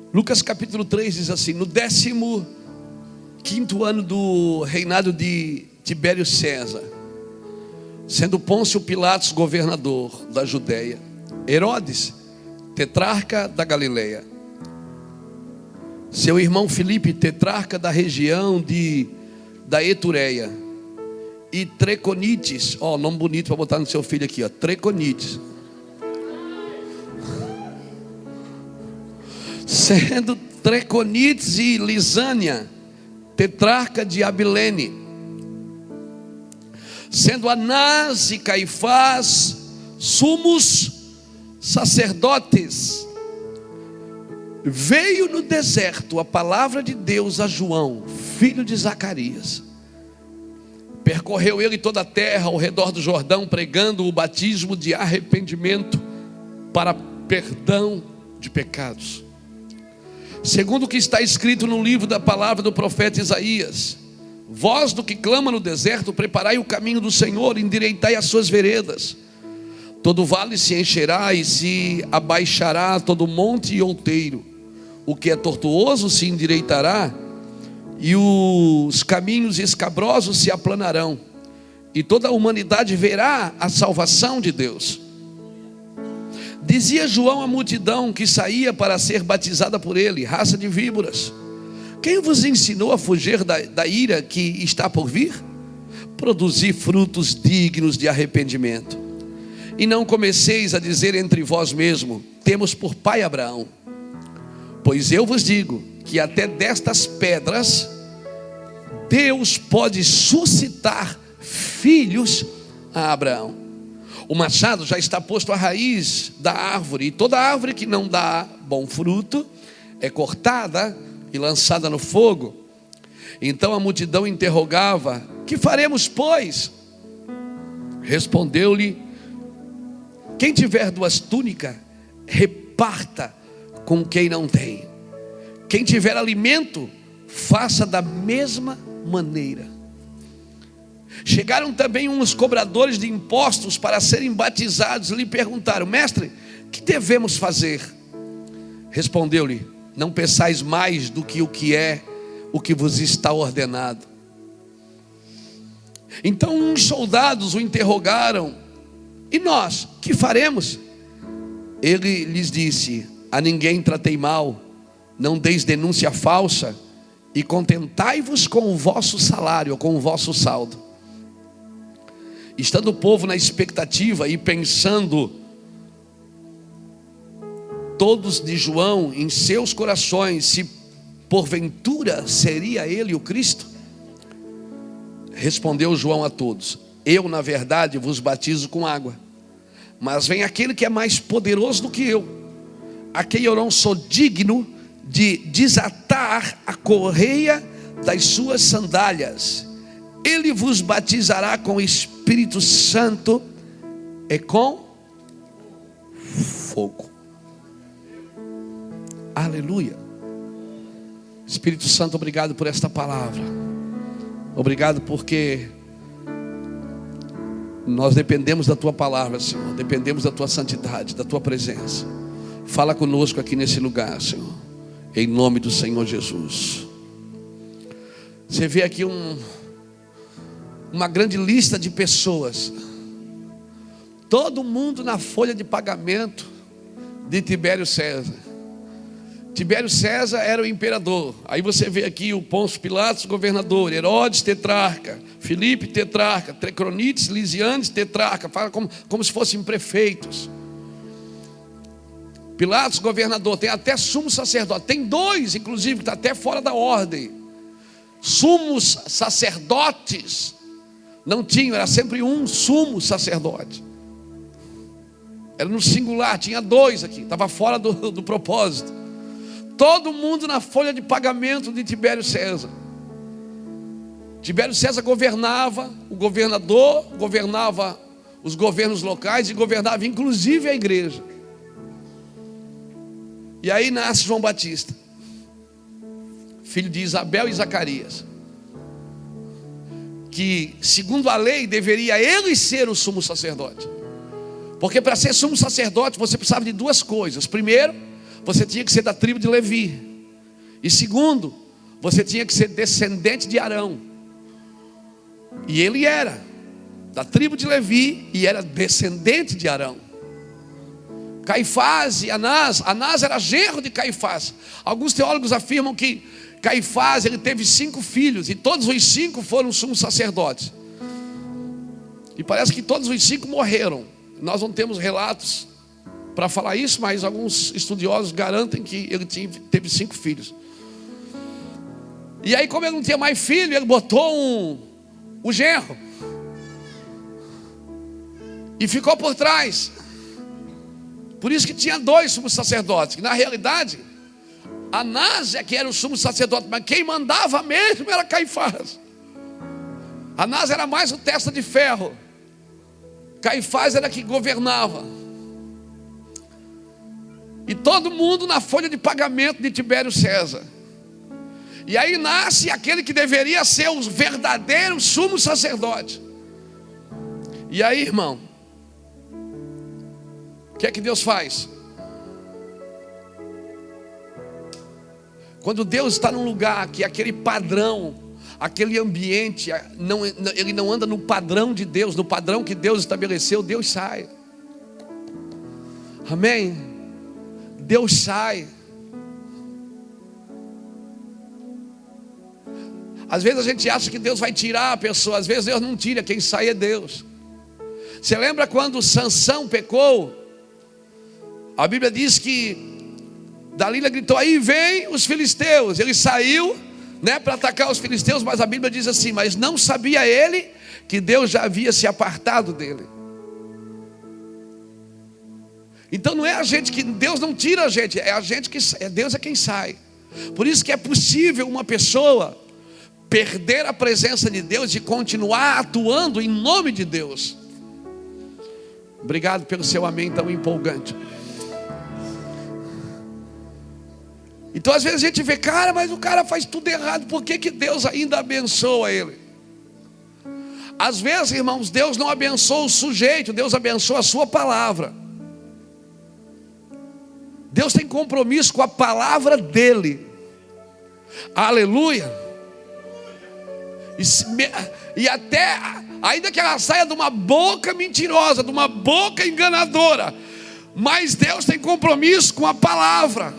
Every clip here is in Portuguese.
Lucas capítulo 3 diz assim: no 15º ano do reinado de Tibério César, sendo Pôncio Pilatos governador da Judéia, Herodes tetrarca da Galileia, seu irmão Filipe tetrarca da região da Etureia, e Treconites, nome bonito para botar no seu filho aqui, Treconites, sendo Treconites e Lisânia tetrarca de Abilene, sendo Anás e Caifás sumos sacerdotes. Veio no deserto a palavra de Deus a João, filho de Zacarias. Percorreu ele toda a terra ao redor do Jordão, pregando o batismo de arrependimento para perdão de pecados, segundo o que está escrito no livro da palavra do profeta Isaías: voz do que clama no deserto, preparai o caminho do Senhor, endireitai as suas veredas. Todo vale se encherá e se abaixará todo monte e outeiro. O que é tortuoso se endireitará, e os caminhos escabrosos se aplanarão, e toda a humanidade verá a salvação de Deus. Dizia João à multidão que saía para ser batizada por ele: raça de víboras, quem vos ensinou a fugir da ira que está por vir? Produzi frutos dignos de arrependimento. E não comeceis a dizer entre vós mesmos: temos por pai Abraão. Pois eu vos digo que até destas pedras Deus pode suscitar filhos a Abraão. O machado já está posto à raiz da árvore, e toda árvore que não dá bom fruto é cortada e lançada no fogo. Então a multidão interrogava: que faremos, pois? Respondeu-lhe: quem tiver 2 túnicas, reparta com quem não tem. Quem tiver alimento, faça da mesma maneira. Chegaram também uns cobradores de impostos para serem batizados, e lhe perguntaram: mestre, que devemos fazer? Respondeu-lhe: não pensais mais do que o que vos está ordenado. Então uns soldados o interrogaram: e nós, que faremos? Ele lhes disse: a ninguém tratei mal, não deis denúncia falsa, e contentai-vos com o vosso salário, ou com o vosso saldo. Estando o povo na expectativa e pensando todos de João em seus corações se porventura seria ele o Cristo, respondeu João a todos: eu na verdade vos batizo com água, mas vem aquele que é mais poderoso do que eu, a quem eu não sou digno de desatar a correia das suas sandálias. Ele vos batizará com o Espírito Santo e com fogo. Aleluia. Espírito Santo, obrigado por esta palavra. Obrigado porque nós dependemos da tua palavra, Senhor. Dependemos da tua santidade, da tua presença. Fala conosco aqui nesse lugar, Senhor, em nome do Senhor Jesus. Você vê aqui uma grande lista de pessoas, todo mundo na folha de pagamento de Tibério César. Tibério César era o imperador. Aí você vê aqui o Pôncio Pilatos, governador, Herodes, tetrarca, Filipe, tetrarca, Treconites, Lisianes, tetrarca. Fala como se fossem prefeitos. Pilatos, governador. Tem até sumo sacerdote. Tem 2, inclusive, que está até fora da ordem. Sumos sacerdotes não tinham, era sempre um sumo sacerdote. Era no singular, tinha 2 aqui, estava fora do propósito. Todo mundo na folha de pagamento de Tibério César. Tibério César governava, o governador governava os governos locais e governava inclusive a igreja. E aí nasce João Batista, filho de Isabel e Zacarias, que segundo a lei deveria ele ser o sumo sacerdote. Porque para ser sumo sacerdote você precisava de 2 coisas. Primeiro, você tinha que ser da tribo de Levi. E segundo, você tinha que ser descendente de Arão. E ele era da tribo de Levi e era descendente de Arão. Caifás e Anás era genro de Caifás. Alguns teólogos afirmam que Caifás, ele teve 5 filhos, e todos os 5 foram sumos sacerdotes. E parece que todos os 5 morreram. Nós não temos relatos para falar isso, mas alguns estudiosos garantem que ele teve 5 filhos. E aí, como ele não tinha mais filho, ele botou o genro e ficou por trás. Por isso que tinha 2 sumos sacerdotes, que na realidade Anás é que era o sumo sacerdote, mas quem mandava mesmo era Caifás. Anás era mais o testa de ferro, Caifás era que governava. E todo mundo na folha de pagamento de Tibério César. E aí nasce aquele que deveria ser o verdadeiro sumo sacerdote. E aí, irmão, o que é que Deus faz? Quando Deus está num lugar que aquele padrão, aquele ambiente, ele não anda no padrão de Deus, no padrão que Deus estabeleceu, Deus sai. Amém? Deus sai. Às vezes a gente acha que Deus vai tirar a pessoa, às vezes Deus não tira, quem sai é Deus. Você lembra quando Sansão pecou? A Bíblia diz que Dalila gritou: aí vem os filisteus. Ele saiu, para atacar os filisteus, mas a Bíblia diz assim: mas não sabia ele que Deus já havia se apartado dele. Então não é a gente que, Deus não tira a gente, é a gente que, Deus é quem sai. Por isso que é possível uma pessoa perder a presença de Deus e continuar atuando em nome de Deus. Obrigado pelo seu amém tão empolgante. Então às vezes a gente vê, cara, mas o cara faz tudo errado, por que Deus ainda abençoa ele? Às vezes, irmãos, Deus não abençoa o sujeito, Deus abençoa a sua palavra. Deus tem compromisso com a palavra dele. Aleluia. E até, ainda que ela saia de uma boca mentirosa, de uma boca enganadora, mas Deus tem compromisso com a palavra.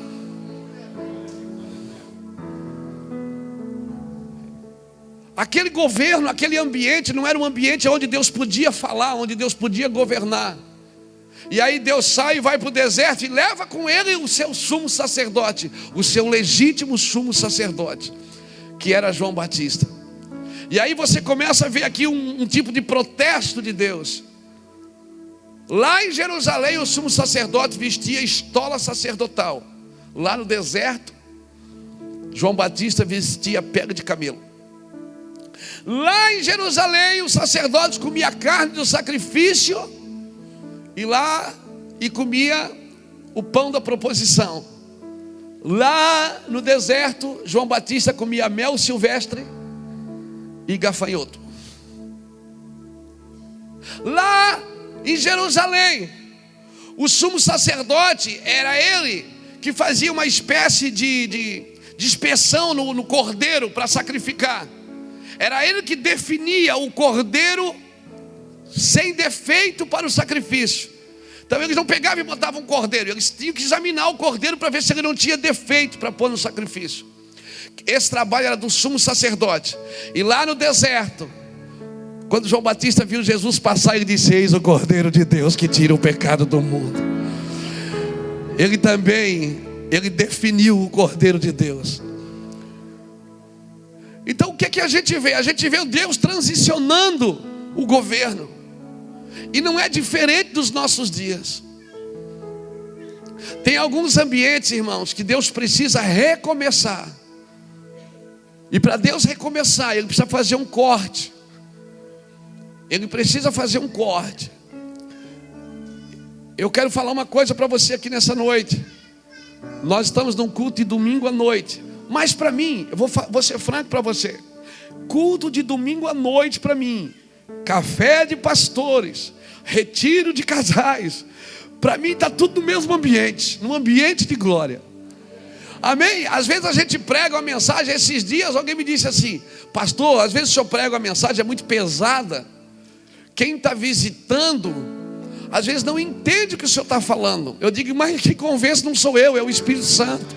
Aquele governo, aquele ambiente não era um ambiente onde Deus podia falar, onde Deus podia governar. E aí Deus sai e vai para o deserto e leva com ele o seu sumo sacerdote, o seu legítimo sumo sacerdote, que era João Batista. E aí você começa a ver aqui um tipo de protesto de Deus. Lá em Jerusalém o sumo sacerdote vestia estola sacerdotal. Lá no deserto, João Batista vestia pele de camelo. Lá em Jerusalém os sacerdotes comiam a carne do sacrifício e comia o pão da proposição. Lá no deserto João Batista comia mel silvestre e gafanhoto. Lá em Jerusalém o sumo sacerdote era ele que fazia uma espécie de inspeção no cordeiro para sacrificar. Era ele que definia o cordeiro sem defeito para o sacrifício. Então eles não pegavam e botavam um cordeiro, eles tinham que examinar o cordeiro para ver se ele não tinha defeito para pôr no sacrifício. Esse trabalho era do sumo sacerdote. E lá no deserto, quando João Batista viu Jesus passar, ele disse: eis o Cordeiro de Deus que tira o pecado do mundo. Ele definiu o Cordeiro de Deus. Então o que a gente vê? A gente vê Deus transicionando o governo. E não é diferente dos nossos dias. Tem alguns ambientes, irmãos, que Deus precisa recomeçar. E para Deus recomeçar, Ele precisa fazer um corte. Ele precisa fazer um corte. Eu quero falar uma coisa para você aqui nessa noite. Nós estamos num culto de domingo à noite. Mas para mim, eu vou ser franco para você. Culto de domingo à noite para mim, café de pastores, retiro de casais, Para mim está tudo no mesmo ambiente, num ambiente de glória. Amém? Às vezes a gente prega uma mensagem. Esses dias alguém me disse assim: pastor, às vezes o senhor prega uma mensagem, é muito pesada. Quem está visitando, às vezes não entende o que o senhor está falando. Eu digo, mas quem convence não sou eu, é o Espírito Santo.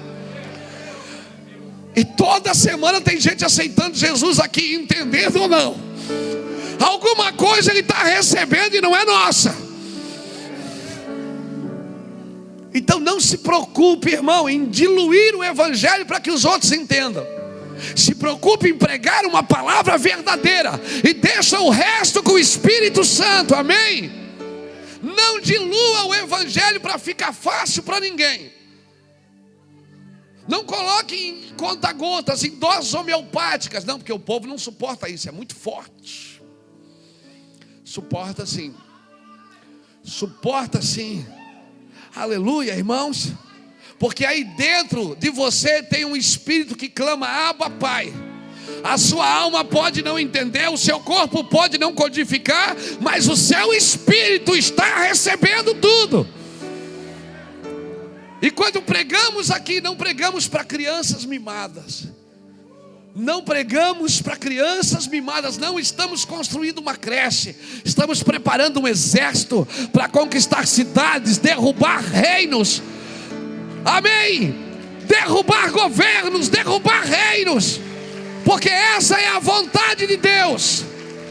E toda semana tem gente aceitando Jesus aqui, entendendo ou não. Alguma coisa ele está recebendo e não é nossa. Então não se preocupe, irmão, em diluir o evangelho para que os outros entendam. Se preocupe em pregar uma palavra verdadeira e deixa o resto com o Espírito Santo, amém? Não dilua o evangelho para ficar fácil para ninguém. Não coloque em conta-gotas, em doses homeopáticas. Não, porque o povo não suporta isso, é muito forte. Suporta sim. Suporta sim. Aleluia, irmãos. Porque aí dentro de você tem um espírito que clama: Abba, Pai. A sua alma pode não entender, o seu corpo pode não codificar, mas o seu espírito está recebendo tudo. E quando pregamos aqui, não pregamos para crianças mimadas. Não pregamos para crianças mimadas. Não estamos construindo uma creche. Estamos preparando um exército para conquistar cidades, derrubar reinos. Amém? Derrubar governos, derrubar reinos. Porque essa é a vontade de Deus.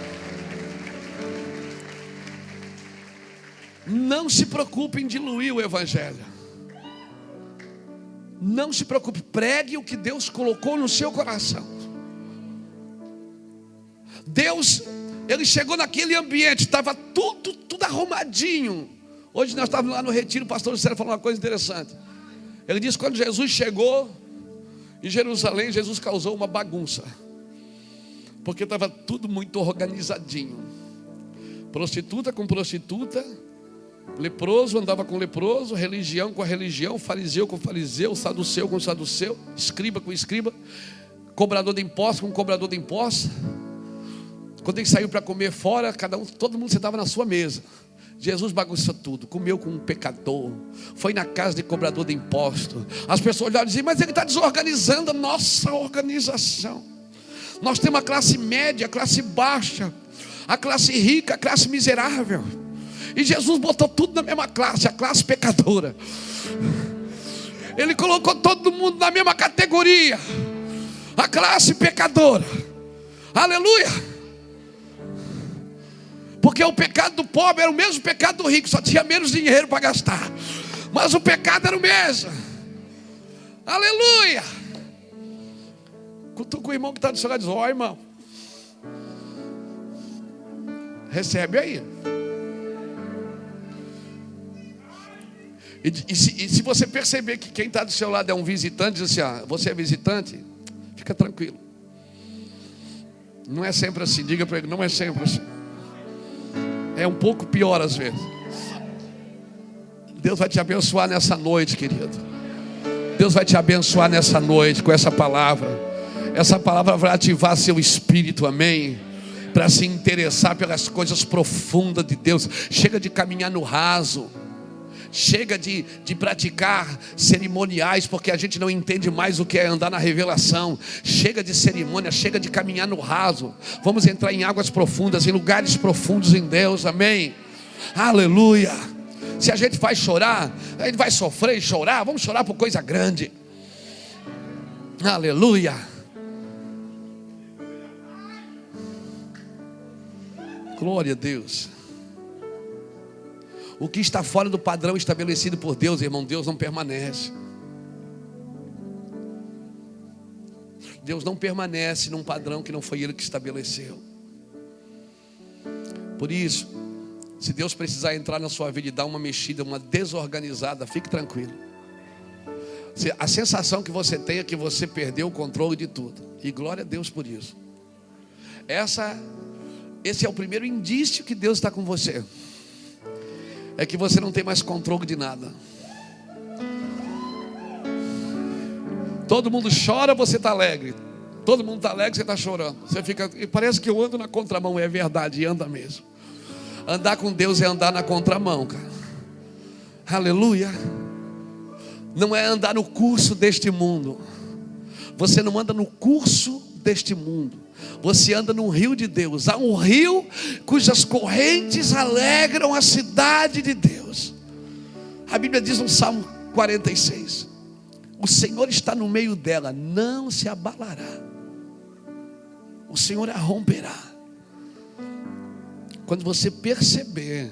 Não se preocupe em diluir o evangelho. Não se preocupe, pregue o que Deus colocou no seu coração. Deus, Ele chegou naquele ambiente, estava tudo arrumadinho. Hoje nós estávamos lá no retiro, o pastor Lucero falou uma coisa interessante. Ele disse que quando Jesus chegou em Jerusalém, Jesus causou uma bagunça, porque estava tudo muito organizadinho. Prostituta com prostituta, leproso andava com leproso, religião com religião, fariseu com fariseu, saduceu com saduceu, escriba com escriba, cobrador de impostos com cobrador de impostos. Quando ele saiu para comer fora, todo mundo sentava na sua mesa. Jesus bagunçou tudo, comeu com um pecador, foi na casa de cobrador de impostos. As pessoas olharam e diziam: mas ele está desorganizando a nossa organização. Nós temos a classe média, a classe baixa, a classe rica, a classe miserável. E Jesus botou tudo na mesma classe, a classe pecadora. Ele colocou todo mundo na mesma categoria, a classe pecadora. Aleluia. Porque o pecado do pobre era o mesmo pecado do rico, só tinha menos dinheiro para gastar, mas o pecado era o mesmo. Aleluia. Cutuca o irmão que está do seu lado e diz: ó, irmão, recebe aí. E se você perceber que quem está do seu lado é um visitante, diz assim: ah, você é visitante, fica tranquilo. Não é sempre assim, diga para ele: não é sempre assim. É um pouco pior às vezes. Deus vai te abençoar nessa noite, querido. Deus vai te abençoar nessa noite com essa palavra. Essa palavra vai ativar seu espírito, amém? Para se interessar pelas coisas profundas de Deus. Chega de caminhar no raso. Chega de praticar cerimoniais, porque a gente não entende mais o que é andar na revelação. Chega de cerimônia, chega de caminhar no raso. Vamos entrar em águas profundas, em lugares profundos em Deus, amém? Aleluia. Se a gente vai chorar, a gente vai sofrer e chorar, vamos chorar por coisa grande. Aleluia. Glória a Deus. O que está fora do padrão estabelecido por Deus, irmão, Deus não permanece. Deus não permanece num padrão que não foi Ele que estabeleceu. Por isso, se Deus precisar entrar na sua vida e dar uma mexida, uma desorganizada, fique tranquilo. A sensação que você tem é que você perdeu o controle de tudo. E glória a Deus por isso. Esse é o primeiro indício que Deus está com você. É que você não tem mais controle de nada. Todo mundo chora, você está alegre. Todo mundo está alegre, você está chorando. Você fica, e parece que eu ando na contramão. É verdade, e anda mesmo. Andar com Deus é andar na contramão, cara. Aleluia. Não é andar no curso deste mundo. Você não anda no curso deste mundo. Você anda no rio de Deus. Há um rio cujas correntes alegram a cidade de Deus. A Bíblia diz no Salmo 46: o Senhor está no meio dela, não se abalará. O Senhor a romperá. Quando você perceber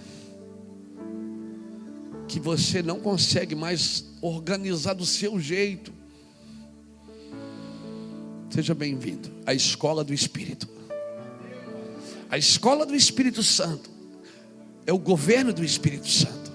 que você não consegue mais organizar do seu jeito, seja bem-vindo à escola do Espírito. A escola do Espírito Santo é o governo do Espírito Santo.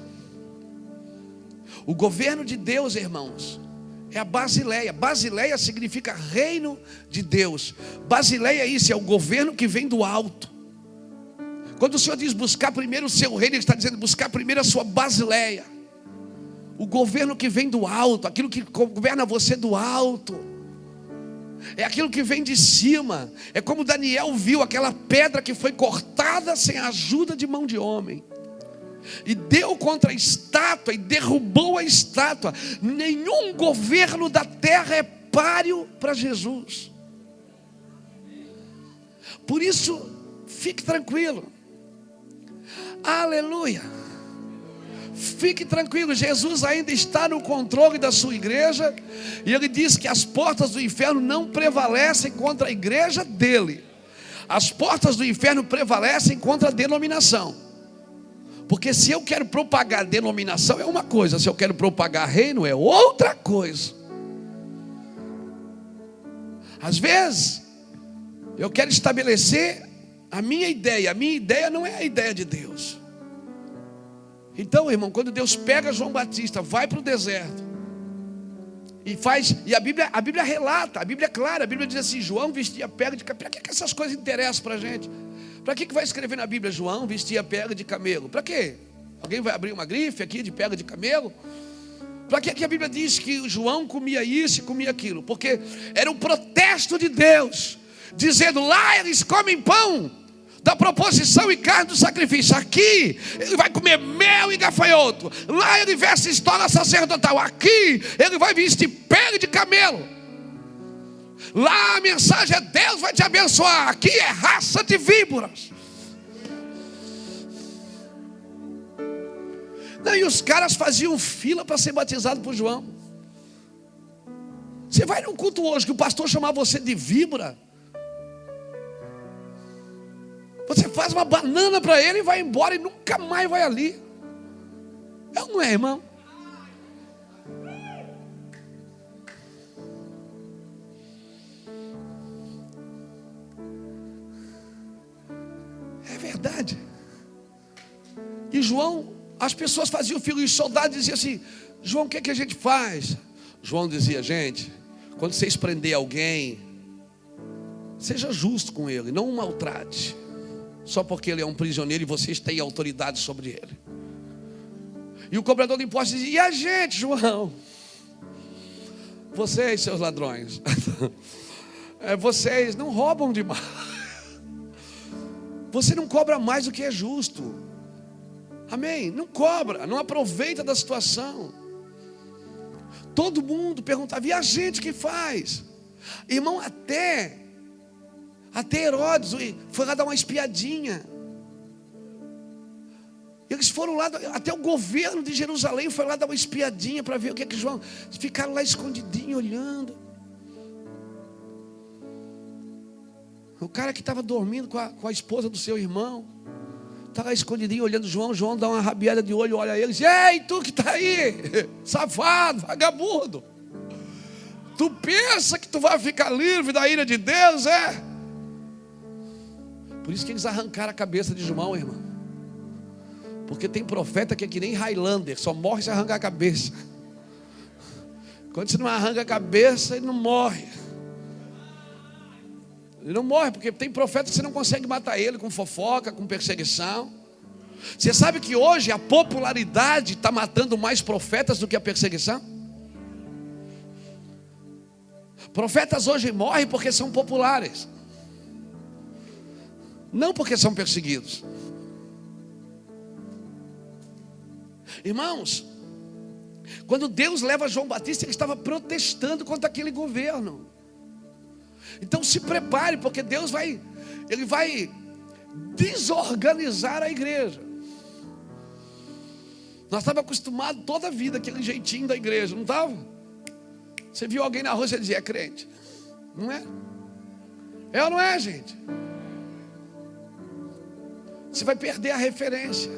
O governo de Deus, irmãos, é a Basileia. Basileia significa reino de Deus. Basileia é isso, é o governo que vem do alto. Quando o Senhor diz buscar primeiro o seu reino, Ele está dizendo buscar primeiro a sua Basileia. O governo que vem do alto, aquilo que governa você do alto. É aquilo que vem de cima. É como Daniel viu aquela pedra que foi cortada sem a ajuda de mão de homem, e deu contra a estátua e derrubou a estátua. Nenhum governo da terra é páreo para Jesus. Por isso, fique tranquilo. Aleluia. Fique tranquilo, Jesus ainda está no controle da sua igreja. E Ele diz que as portas do inferno não prevalecem contra a igreja dele. As portas do inferno prevalecem contra a denominação. Porque se eu quero propagar denominação é uma coisa, se eu quero propagar reino é outra coisa. Às vezes eu quero estabelecer a minha ideia não é a ideia de Deus. Então, irmão, quando Deus pega João Batista, vai para o deserto e a Bíblia relata, a Bíblia é clara, a Bíblia diz assim: João vestia pega de camelo. Para que essas coisas interessam para a gente? Para que vai escrever na Bíblia João vestia pega de camelo? Para quê? Alguém vai abrir uma grife aqui de pega de camelo? Para que a Bíblia diz que João comia isso e comia aquilo? Porque era um protesto de Deus, dizendo: lá eles comem pão da proposição e carne do sacrifício. Aqui ele vai comer mel e gafanhoto. Lá ele veste estola sacerdotal. Aqui ele vai vestir pele de camelo. Lá a mensagem é: Deus vai te abençoar. Aqui é raça de víboras. Não, e os caras faziam fila para ser batizado por João. Você vai num culto hoje que o pastor chamar você de víbora, você faz uma banana para ele e vai embora e nunca mais vai ali. É ou não é, irmão? É verdade. E João, as pessoas faziam filho, e os soldados diziam assim: João, o que é que a gente faz? João dizia: gente, quando vocês prender alguém, seja justo com ele, não o maltrate, só porque ele é um prisioneiro e vocês têm autoridade sobre ele. E o cobrador de impostos dizia: e a gente, João? Vocês, seus ladrões, vocês não roubam demais. Você não cobra mais do que é justo. Amém? Não cobra, não aproveita da situação. Todo mundo perguntava: e a gente que faz? Irmão, até Herodes foi lá dar uma espiadinha. Eles foram lá, até o governo de Jerusalém foi lá dar uma espiadinha para ver o que é que João. Ficaram lá escondidinho olhando. O cara que estava dormindo com a esposa do seu irmão está lá escondidinho olhando João. João dá uma rabiada de olho, olha eles: ei, tu que está aí, safado, vagabundo, tu pensa que tu vai ficar livre da ira de Deus, é? Por isso que eles arrancaram a cabeça de João, irmão. Porque tem profeta que é que nem Highlander, só morre se arrancar a cabeça. Quando você não arranca a cabeça, ele não morre. Ele não morre, porque tem profeta que você não consegue matar ele com fofoca, com perseguição. Você sabe que hoje a popularidade está matando mais profetas do que a perseguição? Profetas hoje morrem porque são populares, não porque são perseguidos. Irmãos, Quando Deus leva João Batista, ele estava protestando contra aquele governo. Então se prepare, porque Deus vai desorganizar a igreja. Nós estávamos acostumados toda a vida, aquele jeitinho da igreja, não estava? Você viu alguém na rua e você dizia, é crente. Não é? É ou não é, gente? Você vai perder a referência.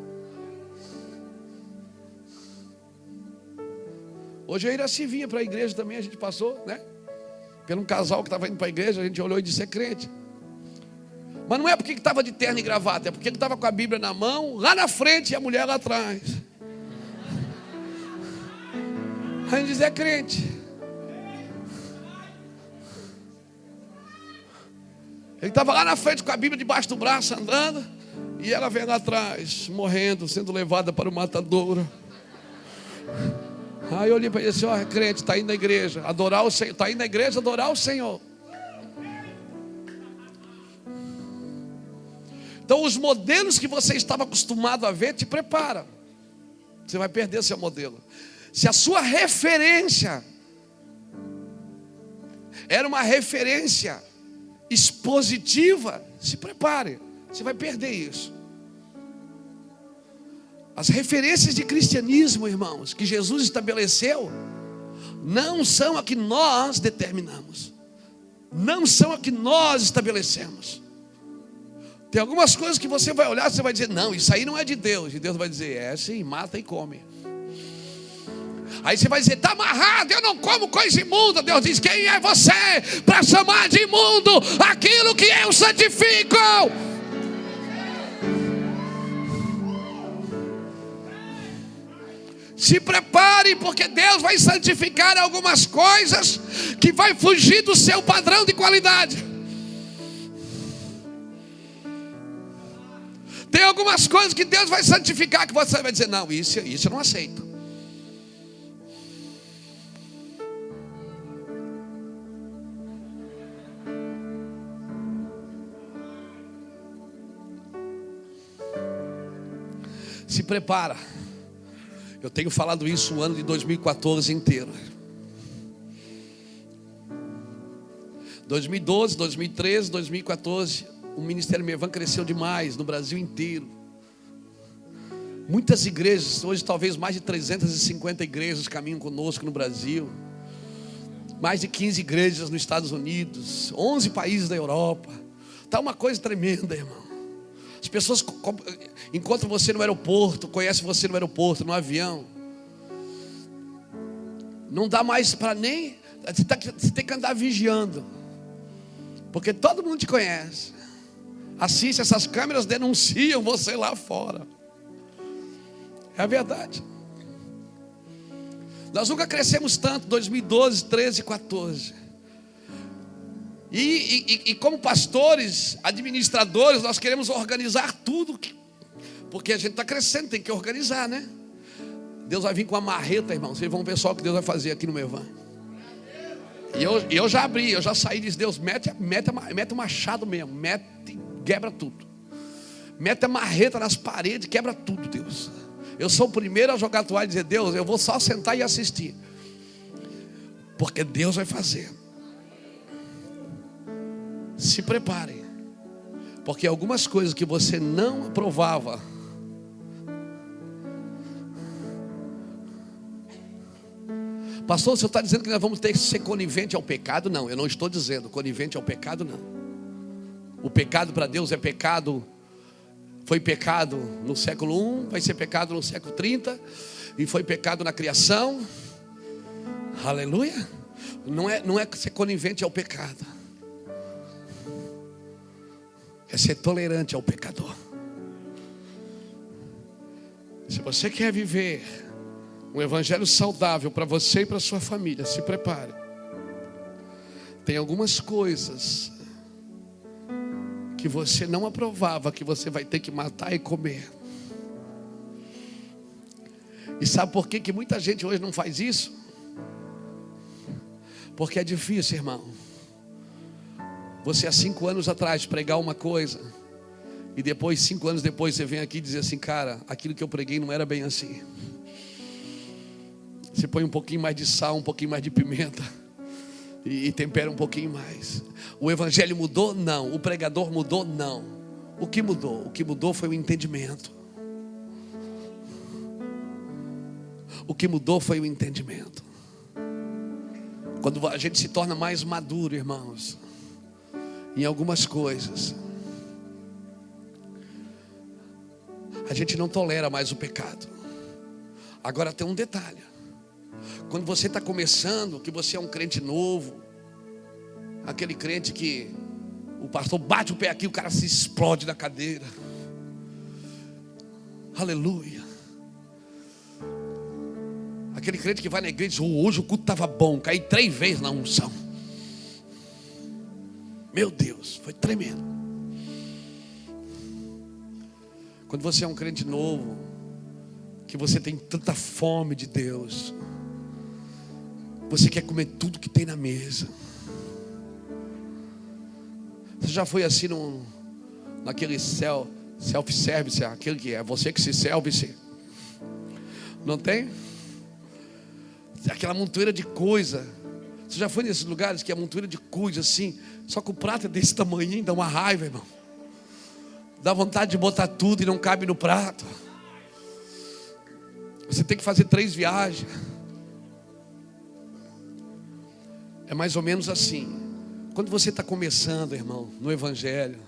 Hoje a Iraci vinha para a igreja também, a gente passou, né? Pelo um casal que estava indo para a igreja, a gente olhou e disse, é crente. Mas não é porque estava de terno e gravata, é porque ele estava com a Bíblia na mão, lá na frente, e a mulher lá atrás. Aí a gente diz, é crente. Ele estava lá na frente com a Bíblia debaixo do braço, andando, e ela vem lá atrás, morrendo, sendo levada para o matadouro. Aí eu olhei para ele e disse, é crente, está indo na igreja, adorar o Senhor, está indo na igreja adorar o Senhor. Então os modelos que você estava acostumado a ver, te prepara. Você vai perder seu modelo. Se a sua referência era uma referência expositiva, se prepare, você vai perder isso. As referências de cristianismo, irmãos, que Jesus estabeleceu, não são a que nós determinamos, não são a que nós estabelecemos. Tem algumas coisas que você vai olhar, você vai dizer, não, isso aí não é de Deus. E Deus vai dizer, é sim, mata e come. Aí você vai dizer, está amarrado, eu não como coisa imunda. Deus diz, quem é você para chamar de imundo aquilo que eu santifico? Se prepare, porque Deus vai santificar algumas coisas que vai fugir do seu padrão de qualidade. Tem algumas coisas que Deus vai santificar que você vai dizer, não, isso eu não aceito. Se prepara. Eu tenho falado isso o ano de 2014 inteiro. 2012, 2013, 2014, o Ministério Mevan cresceu demais no Brasil inteiro. Muitas igrejas, hoje talvez mais de 350 igrejas caminham conosco no Brasil. Mais de 15 igrejas nos Estados Unidos, 11 países da Europa. Está uma coisa tremenda, irmão. As pessoas encontram você no aeroporto, conhecem você no aeroporto, no avião. Não dá mais para nem... Você tem que andar vigiando, porque todo mundo te conhece. Assiste, essas câmeras denunciam você lá fora. É a verdade. Nós nunca crescemos tanto, 2012, 13, 14. E como pastores, administradores, nós queremos organizar tudo, porque a gente está crescendo, tem que organizar, né? Deus vai vir com a marreta, irmão. Vocês vão ver só o que Deus vai fazer aqui no Mevan. E eu já abri, eu já saí e disse, Deus, mete o machado mesmo, mete e quebra tudo. Mete a marreta nas paredes, quebra tudo, Deus. Eu sou o primeiro a jogar a toalha e dizer, Deus, eu vou só sentar e assistir, porque Deus vai fazer. Se prepare, porque algumas coisas que você não aprovava, pastor, você está dizendo que nós vamos ter que ser conivente ao pecado? Não, eu não estou dizendo conivente ao pecado, não. O pecado para Deus é pecado. Foi pecado no século 1, vai ser pecado no século 30, e foi pecado na criação. Aleluia. Não é ser conivente ao pecado, é ser tolerante ao pecador. Se você quer viver um evangelho saudável para você e para sua família, se prepare. Tem algumas coisas que você não aprovava, que você vai ter que matar e comer. E sabe por que muita gente hoje não faz isso? Porque é difícil, irmão. Você há 5 anos atrás pregar uma coisa, e depois, 5 anos depois, você vem aqui e diz assim, cara, aquilo que eu preguei não era bem assim. Você põe um pouquinho mais de sal, um pouquinho mais de pimenta e tempera um pouquinho mais. O evangelho mudou? Não. O pregador mudou? Não. O que mudou? O que mudou foi o entendimento. O que mudou foi o entendimento. Quando a gente se torna mais maduro, irmãos, em algumas coisas, a gente não tolera mais o pecado. Agora tem um detalhe. Quando você está começando, que você é um crente novo, aquele crente que o pastor bate o pé aqui, o cara se explode na cadeira. Aleluia. Aquele crente que vai na igreja e diz: hoje o culto estava bom, caí 3 vezes na unção. Meu Deus, foi tremendo. Quando você é um crente novo, que você tem tanta fome de Deus, você quer comer tudo que tem na mesa. Você já foi assim naquele self-service, aquele que é você que se service? Não tem? Aquela montoeira de coisa. Você já foi nesses lugares que é montoeira de coisa assim, só que o prato é desse tamanho, dá uma raiva, irmão. Dá vontade de botar tudo e não cabe no prato. Você tem que fazer 3 viagens. É mais ou menos assim. Quando você está começando, irmão, no evangelho,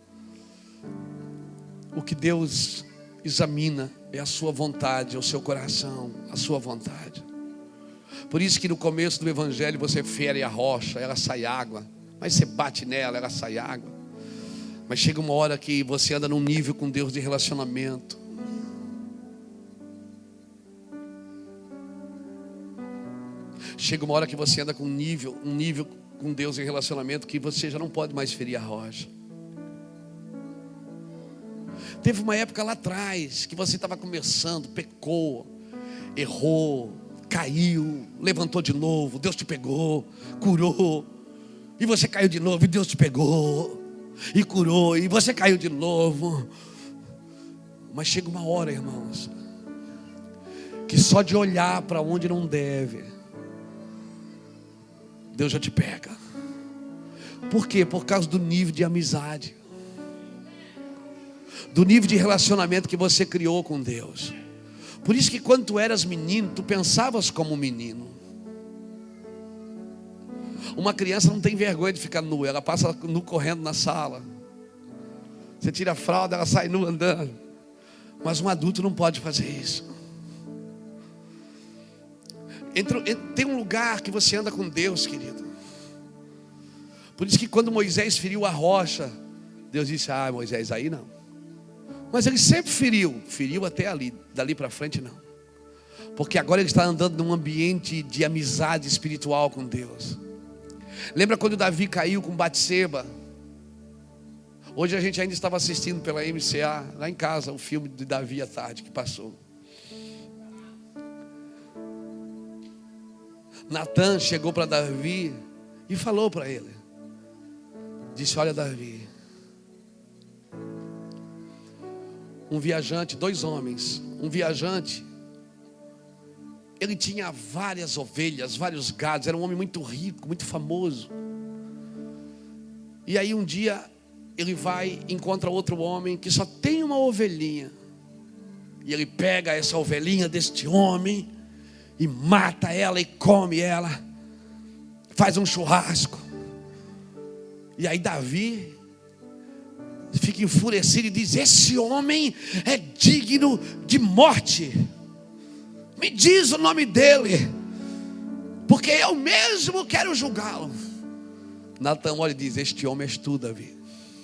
o que Deus examina é a sua vontade, é o seu coração, a sua vontade. Por isso que no começo do evangelho você fere a rocha, ela sai água. Mas você bate nela, ela sai água. Mas chega uma hora que você anda num nível com Deus de relacionamento. Chega uma hora que você anda com um nível com Deus em relacionamento, que você já não pode mais ferir a rocha. Teve uma época lá atrás que você estava começando, pecou, errou, caiu, levantou de novo, Deus te pegou, curou, e você caiu de novo, e Deus te pegou, e curou, e você caiu de novo. Mas chega uma hora, irmãos, que só de olhar para onde não deve, Deus já te pega. Por quê? Por causa do nível de amizade, do nível de relacionamento que você criou com Deus. Por isso que quando tu eras menino, tu pensavas como um menino. Uma criança não tem vergonha de ficar nua, ela passa nu correndo na sala. Você tira a fralda, ela sai nu andando. Mas um adulto não pode fazer isso. Tem um lugar que você anda com Deus, querido. Por isso que quando Moisés feriu a rocha, Deus disse: ah, Moisés, aí não. Mas ele sempre feriu até ali, dali para frente não. Porque agora ele está andando num ambiente de amizade espiritual com Deus. Lembra quando Davi caiu com Batseba? Hoje a gente ainda estava assistindo pela MCA, lá em casa, o filme de Davi à tarde que passou. Natan chegou para Davi e falou para ele. Disse: olha, Davi, um viajante, 2 homens, um viajante, ele tinha várias ovelhas, vários gados, era um homem muito rico, muito famoso. E aí um dia ele vai e encontra outro homem que só tem uma ovelhinha. E ele pega essa ovelhinha deste homem e mata ela e come ela, faz um churrasco. E aí Davi fica enfurecido e diz: esse homem é digno de morte. Me diz o nome dele, porque eu mesmo quero julgá-lo. Natan olha e diz: este homem és tu, Davi.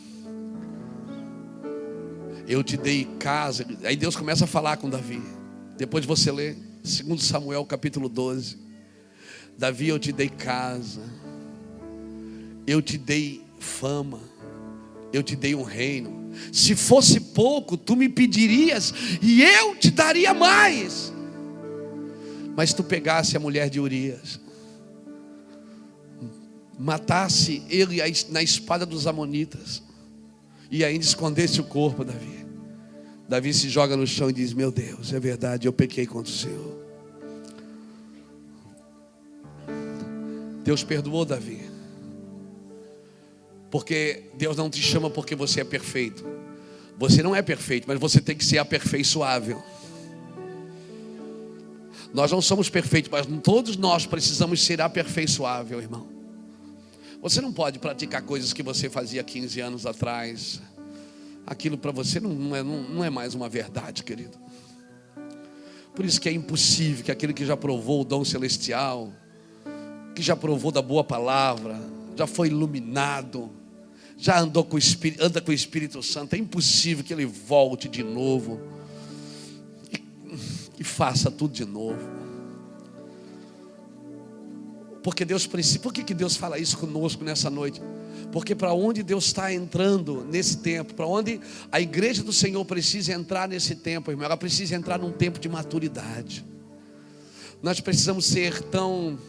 Eu te dei casa. Aí Deus começa a falar com Davi. Depois você lê 2 Samuel capítulo 12. Davi, eu te dei casa, eu te dei fama, eu te dei um reino. Se fosse pouco, tu me pedirias e eu te daria mais. Mas tu pegasse a mulher de Urias, matasse ele na espada dos amonitas e ainda escondesse o corpo, Davi. Davi se joga no chão e diz: meu Deus, é verdade, eu pequei contra o Senhor. Deus perdoou Davi. Porque Deus não te chama porque você é perfeito. Você não é perfeito, mas você tem que ser aperfeiçoável. Nós não somos perfeitos, mas todos nós precisamos ser aperfeiçoável, irmão. Você não pode praticar coisas que você fazia 15 anos atrás. Aquilo para você não é mais uma verdade, querido. Por isso que é impossível que aquele que já provou o dom celestial, que já provou da boa palavra, já foi iluminado, já andou com o Espírito, anda com o Espírito Santo, é impossível que ele volte de novo e faça tudo de novo. Porque Deus precisa. Por que Deus fala isso conosco nessa noite? Porque para onde Deus está entrando nesse tempo, para onde a igreja do Senhor precisa entrar nesse tempo, irmão, ela precisa entrar num tempo de maturidade. Nós precisamos ser tão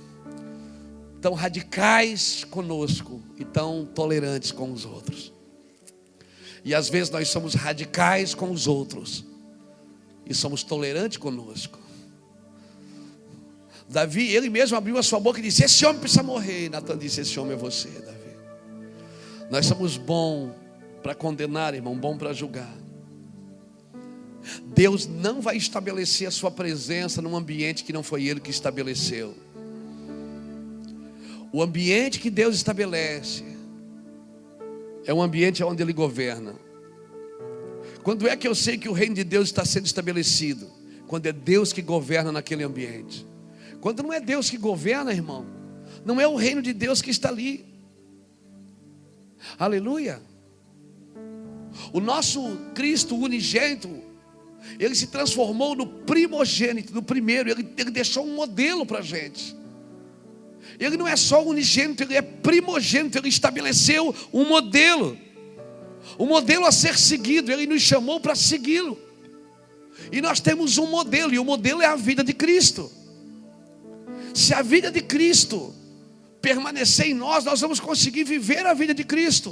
radicais conosco e tão tolerantes com os outros. E às vezes nós somos radicais com os outros e somos tolerantes conosco. Davi, ele mesmo abriu a sua boca e disse: esse homem precisa morrer. E Natan disse: esse homem é você, Davi. Nós somos bons para condenar, irmão, bom para julgar. Deus não vai estabelecer a sua presença num ambiente que não foi Ele que estabeleceu. O ambiente que Deus estabelece é um ambiente onde Ele governa. Quando é que eu sei que o reino de Deus está sendo estabelecido? Quando é Deus que governa naquele ambiente. Quando não é Deus que governa, irmão, não é o reino de Deus que está ali. Aleluia. O nosso Cristo unigênito, Ele se transformou no primogênito, no primeiro. Ele deixou um modelo para a gente. Ele não é só unigênito, Ele é primogênito. Ele estabeleceu um modelo a ser seguido. Ele nos chamou para segui-lo. E nós temos um modelo, e o modelo é a vida de Cristo. Se a vida de Cristo permanecer em nós, nós vamos conseguir viver a vida de Cristo.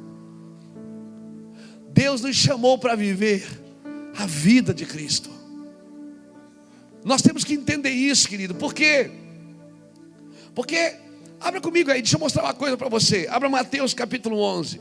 Deus nos chamou para viver a vida de Cristo. Nós temos que entender isso, querido. Por quê? Porque, abra comigo aí, deixa eu mostrar uma coisa para você. Abra Mateus capítulo 11.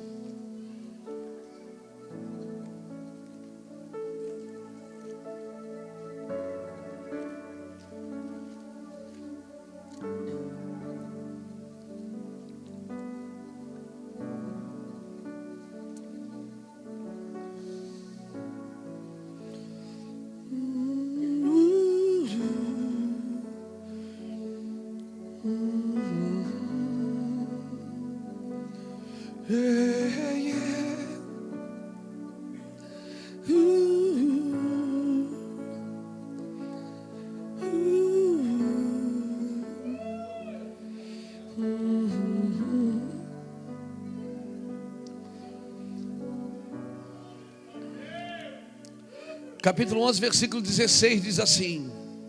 Capítulo 11, versículo 16 diz assim.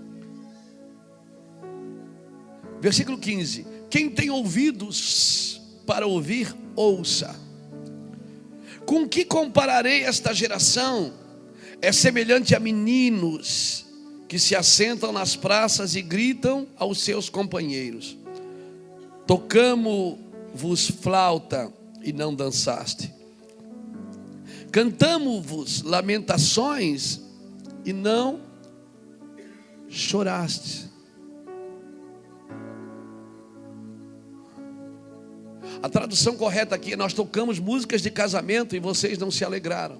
Versículo 15: quem tem ouvidos para ouvir, ouça. Com que compararei esta geração? É semelhante a meninos que se assentam nas praças e gritam aos seus companheiros: tocamo-vos flauta e não dançaste, cantamo-vos lamentações e não choraste. A tradução correta aqui é: nós tocamos músicas de casamento e vocês não se alegraram.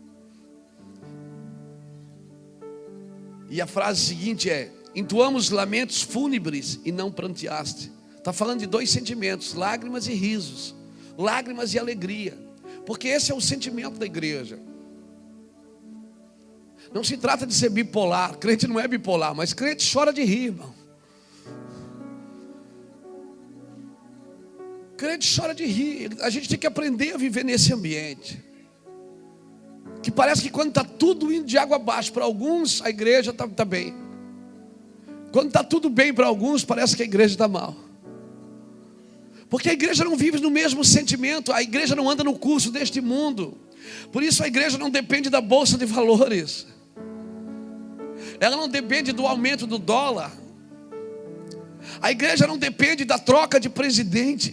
E a frase seguinte é: entoamos lamentos fúnebres e não pranteaste. Está falando de dois sentimentos: lágrimas e risos, lágrimas e alegria. Porque esse é o sentimento da igreja. Não se trata de ser bipolar. Crente não é bipolar, mas crente chora de rir, irmão. Crente chora de rir. A gente tem que aprender a viver nesse ambiente. Que parece que quando está tudo indo de água abaixo para alguns, a igreja está bem. Quando está tudo bem para alguns, parece que a igreja está mal. Porque a igreja não vive no mesmo sentimento. A igreja não anda no curso deste mundo. Por isso a igreja não depende da bolsa de valores. Ela não depende do aumento do dólar. A igreja não depende da troca de presidente.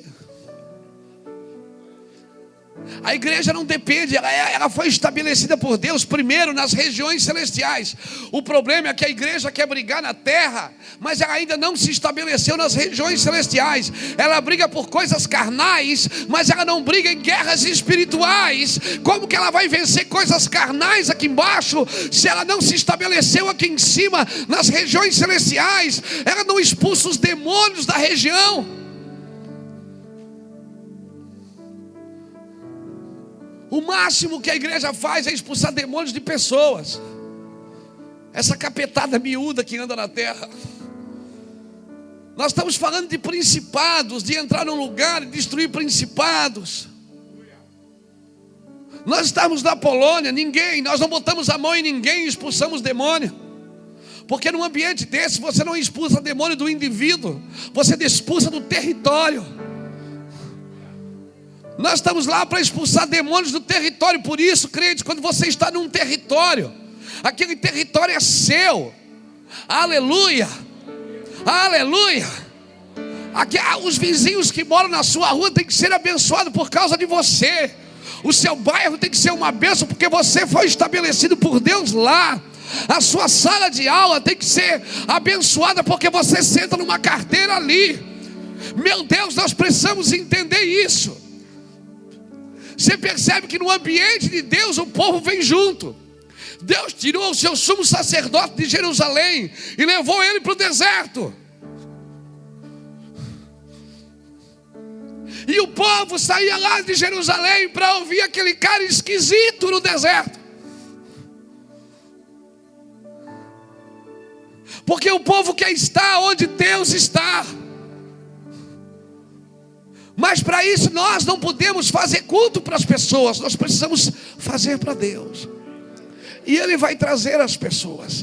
A igreja não depende, ela foi estabelecida por Deus primeiro nas regiões celestiais. O problema é que a igreja quer brigar na terra, mas ela ainda não se estabeleceu nas regiões celestiais. Ela briga por coisas carnais, mas ela não briga em guerras espirituais. Como que ela vai vencer coisas carnais aqui embaixo, se ela não se estabeleceu aqui em cima, nas regiões celestiais? Ela não expulsa os demônios da região. O máximo que a igreja faz é expulsar demônios de pessoas. Essa capetada miúda que anda na terra. Nós estamos falando de principados, de entrar num lugar e destruir principados. Nós estamos na Polônia, nós não botamos a mão em ninguém e expulsamos demônio. Porque num ambiente desse você não expulsa demônio do indivíduo, você expulsa do território. Nós estamos lá para expulsar demônios do território. Por isso, crente, quando você está num território, aquele território é seu. Aleluia, aleluia. Os vizinhos que moram na sua rua têm que ser abençoados por causa de você. O seu bairro tem que ser uma bênção porque você foi estabelecido por Deus lá. A sua sala de aula tem que ser abençoada porque você senta numa carteira ali. Meu Deus, nós precisamos entender isso. Você percebe que no ambiente de Deus o povo vem junto. Deus tirou o seu sumo sacerdote de Jerusalém e levou ele para o deserto. E o povo saía lá de Jerusalém para ouvir aquele cara esquisito no deserto. Porque o povo quer estar onde Deus está. Mas para isso nós não podemos fazer culto para as pessoas. Nós precisamos fazer para Deus. E Ele vai trazer as pessoas.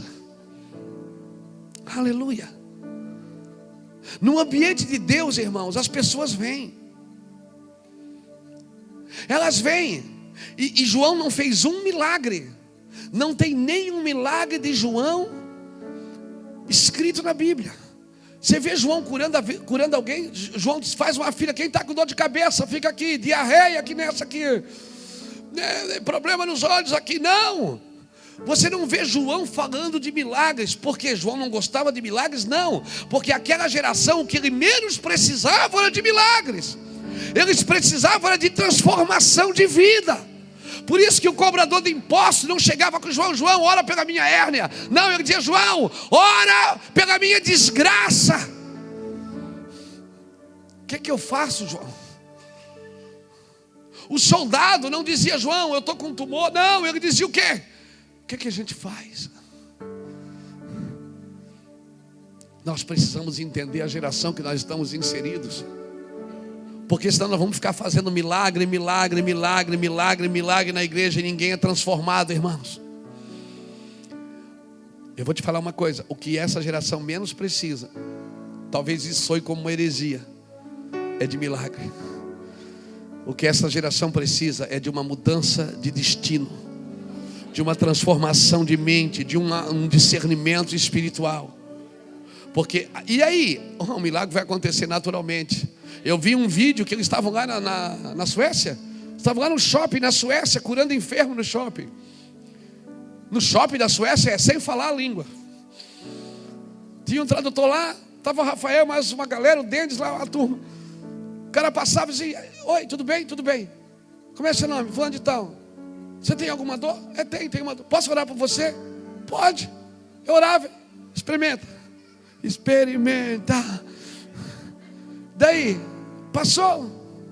Aleluia. No ambiente de Deus, irmãos, as pessoas vêm. Elas vêm. E João não fez um milagre. Não tem nenhum milagre de João escrito na Bíblia. Você vê João curando alguém. João faz uma filha. Quem está com dor de cabeça, fica aqui. Diarreia aqui nessa aqui. Problema nos olhos aqui. Não. Você não vê João falando de milagres. Porque João não gostava de milagres? Não. Porque aquela geração, o que ele menos precisava era de milagres. Eles precisavam era de transformação de vida. Por isso que o cobrador de impostos não chegava com João: João, ora pela minha hérnia. Não, ele dizia: João, ora pela minha desgraça. O que eu faço, João? O soldado não dizia: João, eu estou com um tumor. Não, ele dizia o quê? O que a gente faz? Nós precisamos entender a geração que nós estamos inseridos. Porque senão nós vamos ficar fazendo milagre na igreja e ninguém é transformado, irmãos. Eu vou te falar uma coisa: o que essa geração menos precisa, talvez isso soe como uma heresia, é de milagre. O que essa geração precisa é de uma mudança de destino, de uma transformação de mente, de um discernimento espiritual. Porque, e aí? O milagre vai acontecer naturalmente. Eu vi um vídeo que eles estavam lá na Suécia. Estavam lá no shopping na Suécia, curando enfermo no shopping. No shopping da Suécia é sem falar a língua. Tinha um tradutor lá, estava o Rafael, mais uma galera, o Dendes lá, a turma. O cara passava e dizia: oi, tudo bem? Tudo bem. Como é seu nome? Fulano de tal. Você tem alguma dor? Tem uma dor. Posso orar por você? Pode. Eu orava. Experimenta. Daí, passou.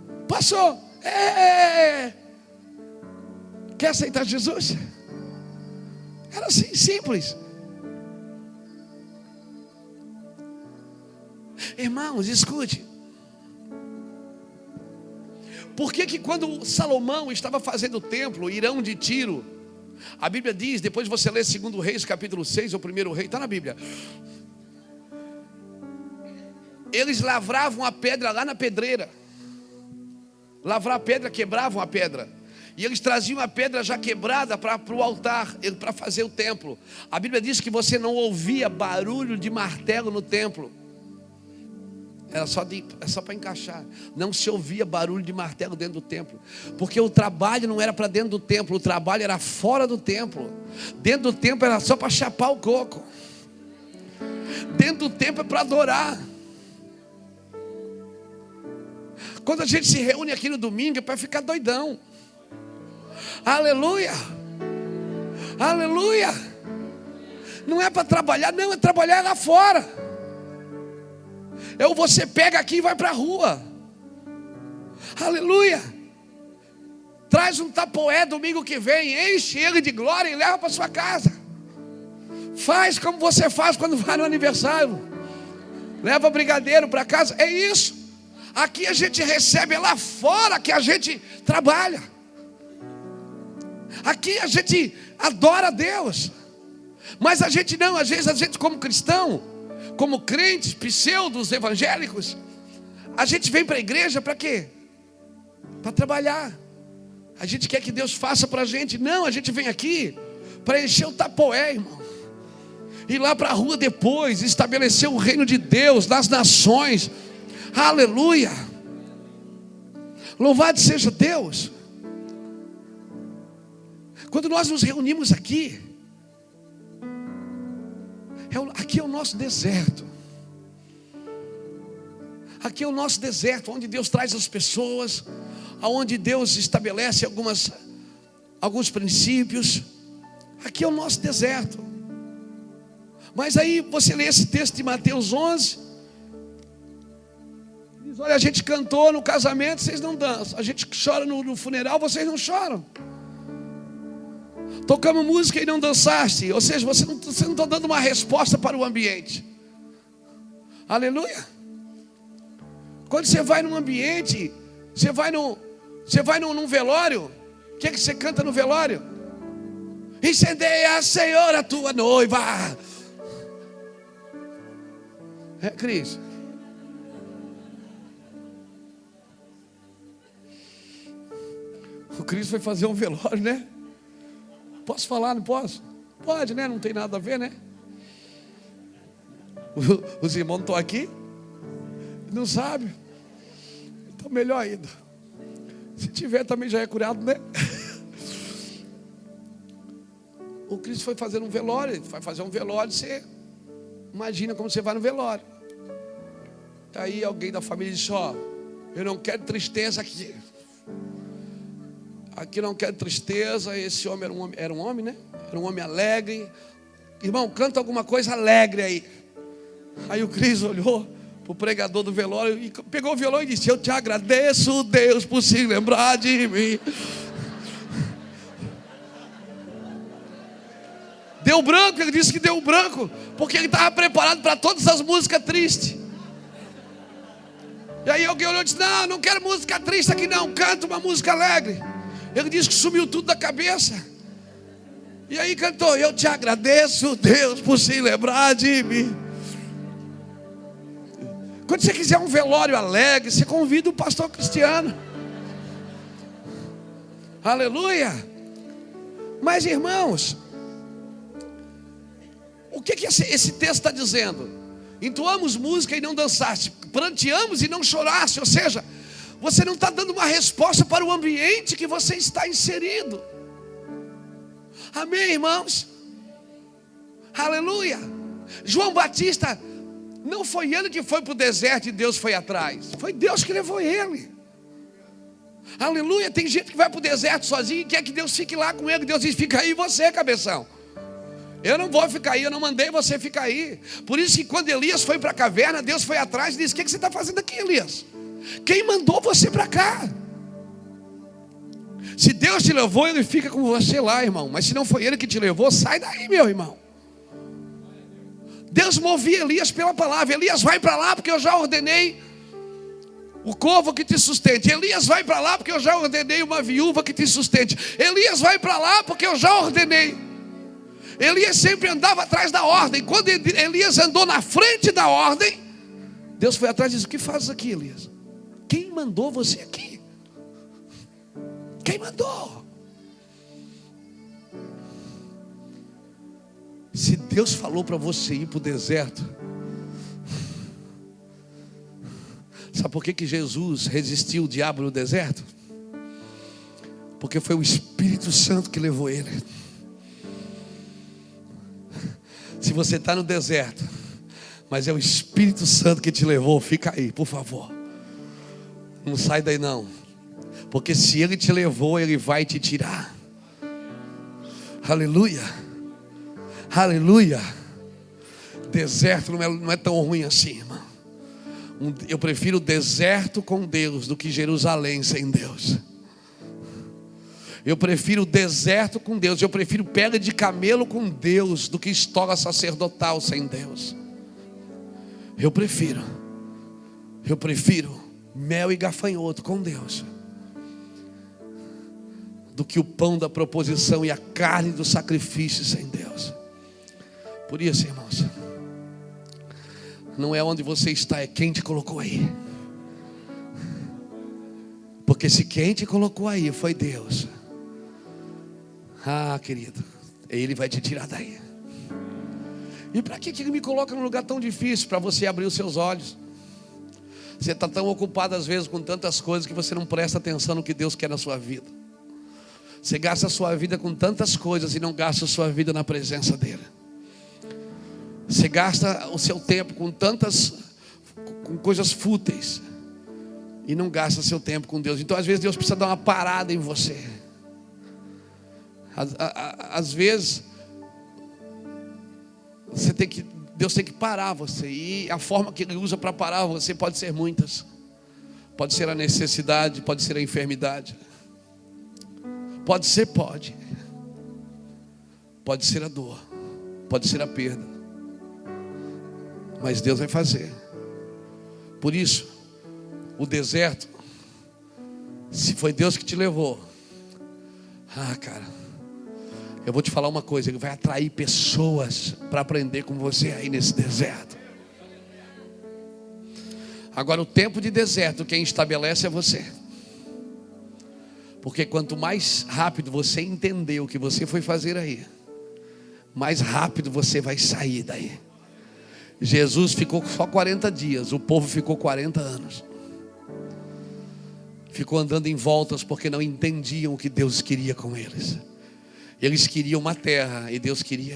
Quer aceitar Jesus? Era assim, simples. Irmãos, escute. Por que quando Salomão estava fazendo o templo, Irão de Tiro, a Bíblia diz, depois você lê 2 Reis capítulo 6, ou 1 Rei, está na Bíblia. Eles lavravam a pedra lá na pedreira. Lavrar a pedra, quebravam a pedra. E eles traziam a pedra já quebrada para o altar, para fazer o templo. A Bíblia diz que você não ouvia barulho de martelo no templo. Era só para encaixar. Não se ouvia barulho de martelo dentro do templo. Porque o trabalho não era para dentro do templo. O trabalho era fora do templo. Dentro do templo era só para chapar o coco. Dentro do templo é para adorar. Quando a gente se reúne aqui no domingo é para ficar doidão. Aleluia. Aleluia. Não é para trabalhar, não, é trabalhar lá fora. Você pega aqui e vai para a rua. Aleluia. Traz um tapoé domingo que vem, enche ele de glória e leva para sua casa. Faz como você faz quando vai no aniversário. Leva brigadeiro para casa, é isso. Aqui a gente recebe, é lá fora que a gente trabalha. Aqui a gente adora a Deus. Mas a gente não, às vezes a gente como cristão, como crentes, pseudos, evangélicos, a gente vem para a igreja para quê? Para trabalhar. A gente quer que Deus faça para a gente. Não, a gente vem aqui para encher o tapoé, irmão. Ir lá para a rua depois, estabelecer o reino de Deus nas nações. Aleluia. Louvado seja Deus. Quando nós nos reunimos aqui, aqui é o nosso deserto. Aqui é o nosso deserto, onde Deus traz as pessoas, onde Deus estabelece alguns princípios. Aqui é o nosso deserto. Mas aí você lê esse texto de Mateus 11, diz: olha, a gente cantou no casamento, vocês não dançam. A gente chora no funeral, vocês não choram. Tocamos música e não dançaste. Ou seja, você não está dando uma resposta para o ambiente. Aleluia. Quando você vai num ambiente, você vai num velório, o que é que você canta no velório? Incendeia, Senhor, a tua noiva. É, Cris? O Cris foi fazer um velório, né? Posso falar, não posso? Pode, né? Não tem nada a ver, né? Os irmãos não estão aqui? Não sabem? Então melhor ainda. Se tiver também já é curado, né? O Cristo foi fazer um velório. Ele vai fazer um velório, você imagina como você vai no velório. Aí alguém da família disse: ó, eu não quero tristeza aqui. Aqui não quero tristeza. Esse homem era um homem, né? Era um homem alegre. Irmão, canta alguma coisa alegre aí. Aí o Cris olhou para o pregador do velório e pegou o violão e disse: eu te agradeço, Deus, por se lembrar de mim. Deu branco, ele disse que deu branco, porque ele estava preparado para todas as músicas tristes. E aí alguém olhou e disse: não, não quero música triste aqui não, canta uma música alegre. Ele disse que sumiu tudo da cabeça. E aí cantou: eu te agradeço, Deus, por se lembrar de mim. Quando você quiser um velório alegre, você convida o pastor Cristiano. Aleluia. Mas irmãos, o que esse texto está dizendo? Entoamos música e não dançaste, pranteamos e não choraste. Ou seja, você não está dando uma resposta para o ambiente que você está inserido. Amém, irmãos? Aleluia. João Batista, não foi ele que foi para o deserto e Deus foi atrás. Foi Deus que levou ele. Aleluia. Tem gente que vai para o deserto sozinho e quer que Deus fique lá com ele. Deus diz: fica aí você, cabeção. Eu não vou ficar aí, eu não mandei você ficar aí. Por isso que quando Elias foi para a caverna, Deus foi atrás e disse: o que você está fazendo aqui, Elias? Quem mandou você para cá? Se Deus te levou, Ele fica com você lá, irmão. Mas se não foi Ele que te levou, sai daí, meu irmão. Deus movia Elias pela palavra. Elias, vai para lá porque eu já ordenei o corvo que te sustente. Elias, vai para lá porque eu já ordenei uma viúva que te sustente. Elias, vai para lá porque eu já ordenei. Elias sempre andava atrás da ordem. Quando Elias andou na frente da ordem, Deus foi atrás e disse: o que fazes aqui, Elias? Quem mandou você aqui? Quem mandou? Se Deus falou para você ir para o deserto, Sabe por que Jesus resistiu o diabo no deserto? Porque foi o Espírito Santo que levou ele. Se você está no deserto, mas é o Espírito Santo que te levou, fica aí, por favor. Não sai daí não. Porque se Ele te levou, Ele vai te tirar. Aleluia. Aleluia. Deserto não é tão ruim assim, irmão. Eu prefiro deserto com Deus do que Jerusalém sem Deus. Eu prefiro deserto com Deus. Eu prefiro pele de camelo com Deus do que estola sacerdotal sem Deus. Eu prefiro mel e gafanhoto com Deus do que o pão da proposição e a carne do sacrifício sem Deus. Por isso, irmãos, não é onde você está, é quem te colocou aí. Porque se quem te colocou aí foi Deus, querido, Ele vai te tirar daí. E para que Ele me coloca num lugar tão difícil? Para você abrir os seus olhos. Você está tão ocupado às vezes com tantas coisas que você não presta atenção no que Deus quer na sua vida. Você gasta a sua vida com tantas coisas e não gasta a sua vida na presença dEle. Você gasta o seu tempo com coisas fúteis e não gasta seu tempo com Deus. Então às vezes Deus precisa dar uma parada em você. Às vezes Deus tem que parar você. E a forma que Ele usa para parar você pode ser muitas. Pode ser a necessidade, pode ser a enfermidade. Pode ser. Pode ser a dor, pode ser a perda. Mas Deus vai fazer. Por isso, o deserto, se foi Deus que te levou, cara, eu vou te falar uma coisa: Ele vai atrair pessoas para aprender com você aí nesse deserto. Agora, o tempo de deserto, quem estabelece é você. Porque quanto mais rápido você entender o que você foi fazer aí, mais rápido você vai sair daí. Jesus ficou só 40 dias, o povo ficou 40 anos. Ficou andando em voltas porque não entendiam o que Deus queria com eles. Eles queriam uma terra e Deus queria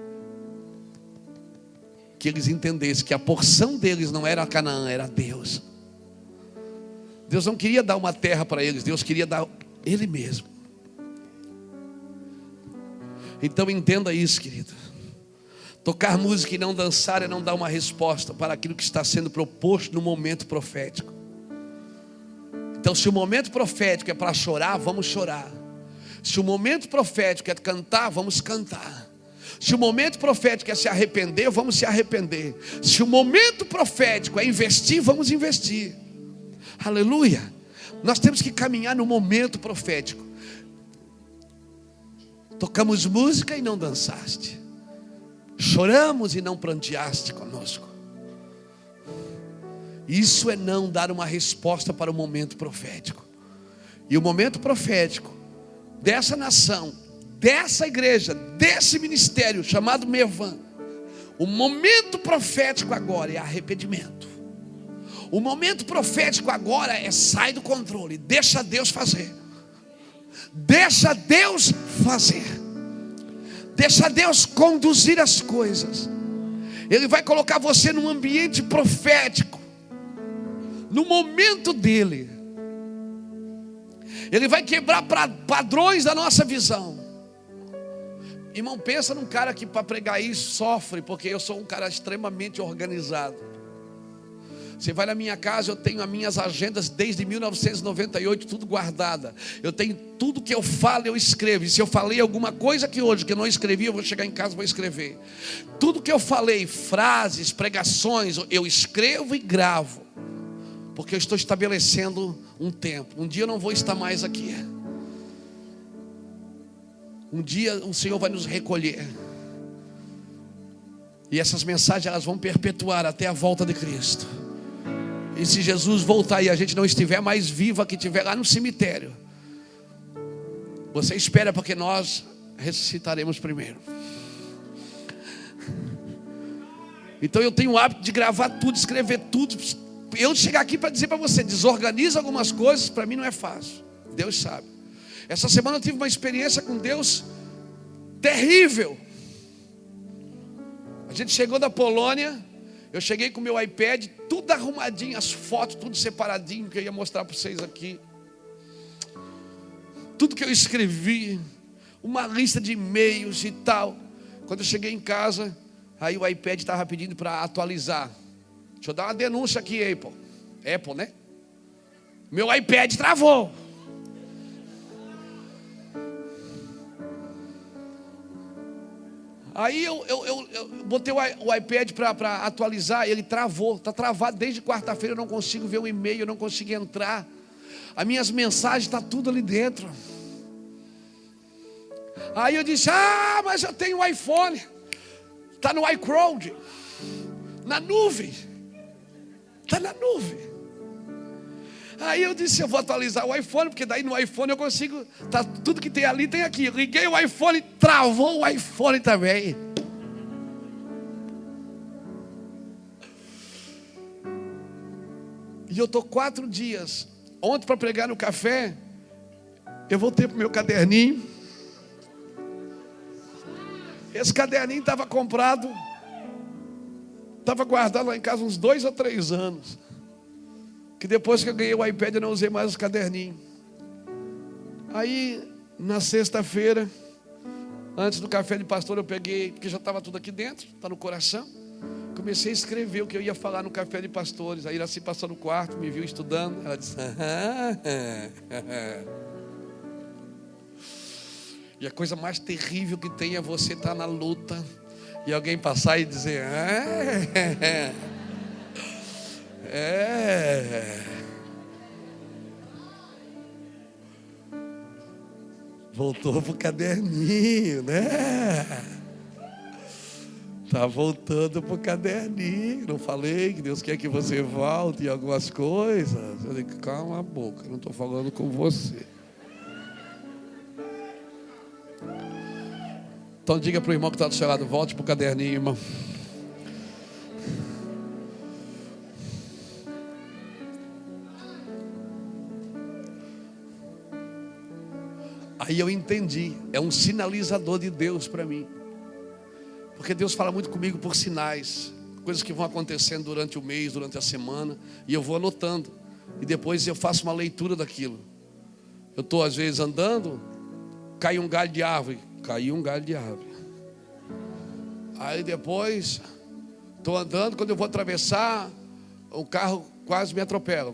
que eles entendessem que a porção deles não era Canaã, era Deus. Deus não queria dar uma terra para eles, Deus queria dar Ele mesmo. Então entenda isso, querido. Tocar música e não dançar é não dar uma resposta para aquilo que está sendo proposto no momento profético. Então, se o momento profético é para chorar, vamos chorar. Se o momento profético é cantar, vamos cantar. Se o momento profético é se arrepender, vamos se arrepender. Se o momento profético é investir, vamos investir. Aleluia. Nós temos que caminhar no momento profético. Tocamos música e não dançaste. Choramos e não pranteaste conosco. Isso é não dar uma resposta para o momento profético. E o momento profético dessa nação, dessa igreja, desse ministério chamado Mevan, o momento profético agora é arrependimento. O momento profético agora é sai do controle, deixa Deus fazer. Deixa Deus fazer. Deixa Deus conduzir as coisas. Ele vai colocar você num ambiente profético, no momento dele. Ele vai quebrar padrões da nossa visão. Irmão, pensa num cara que para pregar isso sofre, porque eu sou um cara extremamente organizado. Você vai na minha casa, eu tenho as minhas agendas desde 1998, tudo guardada. Eu tenho tudo que eu falo, eu escrevo. E se eu falei alguma coisa aqui hoje que eu não escrevi, eu vou chegar em casa e vou escrever. Tudo que eu falei, frases, pregações, eu escrevo e gravo. Porque eu estou estabelecendo um tempo. Um dia eu não vou estar mais aqui. Um dia o Senhor vai nos recolher. E essas mensagens elas vão perpetuar até a volta de Cristo. E se Jesus voltar e a gente não estiver mais vivo aqui, estiver lá no cemitério, você espera, porque nós ressuscitaremos primeiro. Então eu tenho o hábito de gravar tudo, escrever tudo, Eu chegar aqui para dizer para você, desorganiza algumas coisas, para mim não é fácil. Deus sabe. Essa semana eu tive uma experiência com Deus terrível. A gente chegou da Polônia, eu cheguei com o meu iPad, tudo arrumadinho, as fotos, tudo separadinho, que eu ia mostrar para vocês aqui. Tudo que eu escrevi, uma lista de e-mails e tal. Quando eu cheguei em casa, aí o iPad estava pedindo para atualizar. Deixa eu dar uma denúncia aqui, Apple, né? Meu iPad travou. Aí eu botei o iPad para atualizar, ele travou, está travado desde quarta-feira, eu não consigo ver o e-mail, eu não consigo entrar. As minhas mensagens estão tudo ali dentro. Aí eu disse, mas eu tenho um iPhone, está no iCloud, na nuvem, está na nuvem. Aí eu disse, eu vou atualizar o iPhone, porque daí no iPhone eu consigo, tá, tudo que tem ali tem aqui. Eu liguei o iPhone, travou o iPhone também. E eu estou 4 dias. Ontem para pregar no café, eu voltei para o meu caderninho. Esse caderninho estava comprado, estava guardado lá em casa uns 2 ou 3 anos. Que depois que eu ganhei o iPad eu não usei mais os caderninhos. Aí na sexta-feira, antes do café de pastor, eu peguei, porque já estava tudo aqui dentro, está no coração. Comecei a escrever o que eu ia falar no café de pastores. Aí Iraci passou no quarto, me viu estudando. Ela disse, e a coisa mais terrível que tem é você estar na luta e alguém passar e dizer, voltou pro caderninho, né? Tá voltando pro caderninho. Não falei que Deus quer que você volte em algumas coisas. Eu digo, calma a boca, não estou falando com você. Então diga para o irmão que está do seu lado, volte pro caderninho, irmão. Aí eu entendi, é um sinalizador de Deus para mim. Porque Deus fala muito comigo por sinais, coisas que vão acontecendo durante o mês, durante a semana, e eu vou anotando. E depois eu faço uma leitura daquilo. Eu estou às vezes andando, caiu um galho de árvore. Aí depois, estou andando, quando eu vou atravessar, o carro quase me atropela.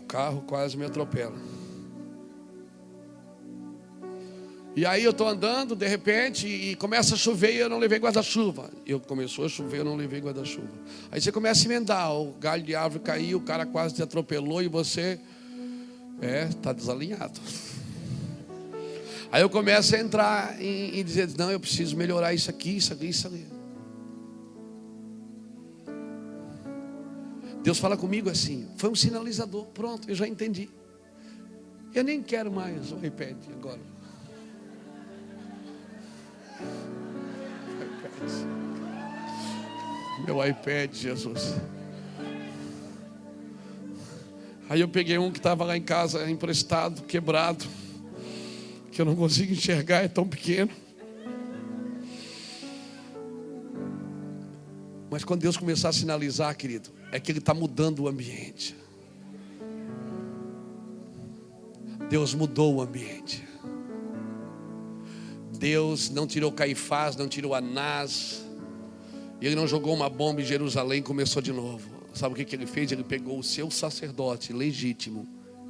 E aí eu estou andando, de repente, e começa a chover e eu não levei guarda-chuva. Começou a chover, eu não levei guarda-chuva. Aí você começa a emendar, o galho de árvore caiu, o cara quase te atropelou e você está desalinhado. Aí eu começo a entrar e dizer, não, eu preciso melhorar isso aqui, isso ali. Deus fala comigo assim, foi um sinalizador, pronto, eu já entendi. Eu nem quero mais o iPad agora. Meu iPad, Jesus. Aí eu peguei um que estava lá em casa, emprestado, quebrado, que eu não consigo enxergar, é tão pequeno. Mas quando Deus começar a sinalizar, querido, é que Ele está mudando o ambiente. Deus mudou o ambiente. Deus não tirou Caifás, não tirou Anás. E Ele não jogou uma bomba em Jerusalém e começou de novo. Sabe o que Ele fez? Ele pegou o seu sacerdote legítimo,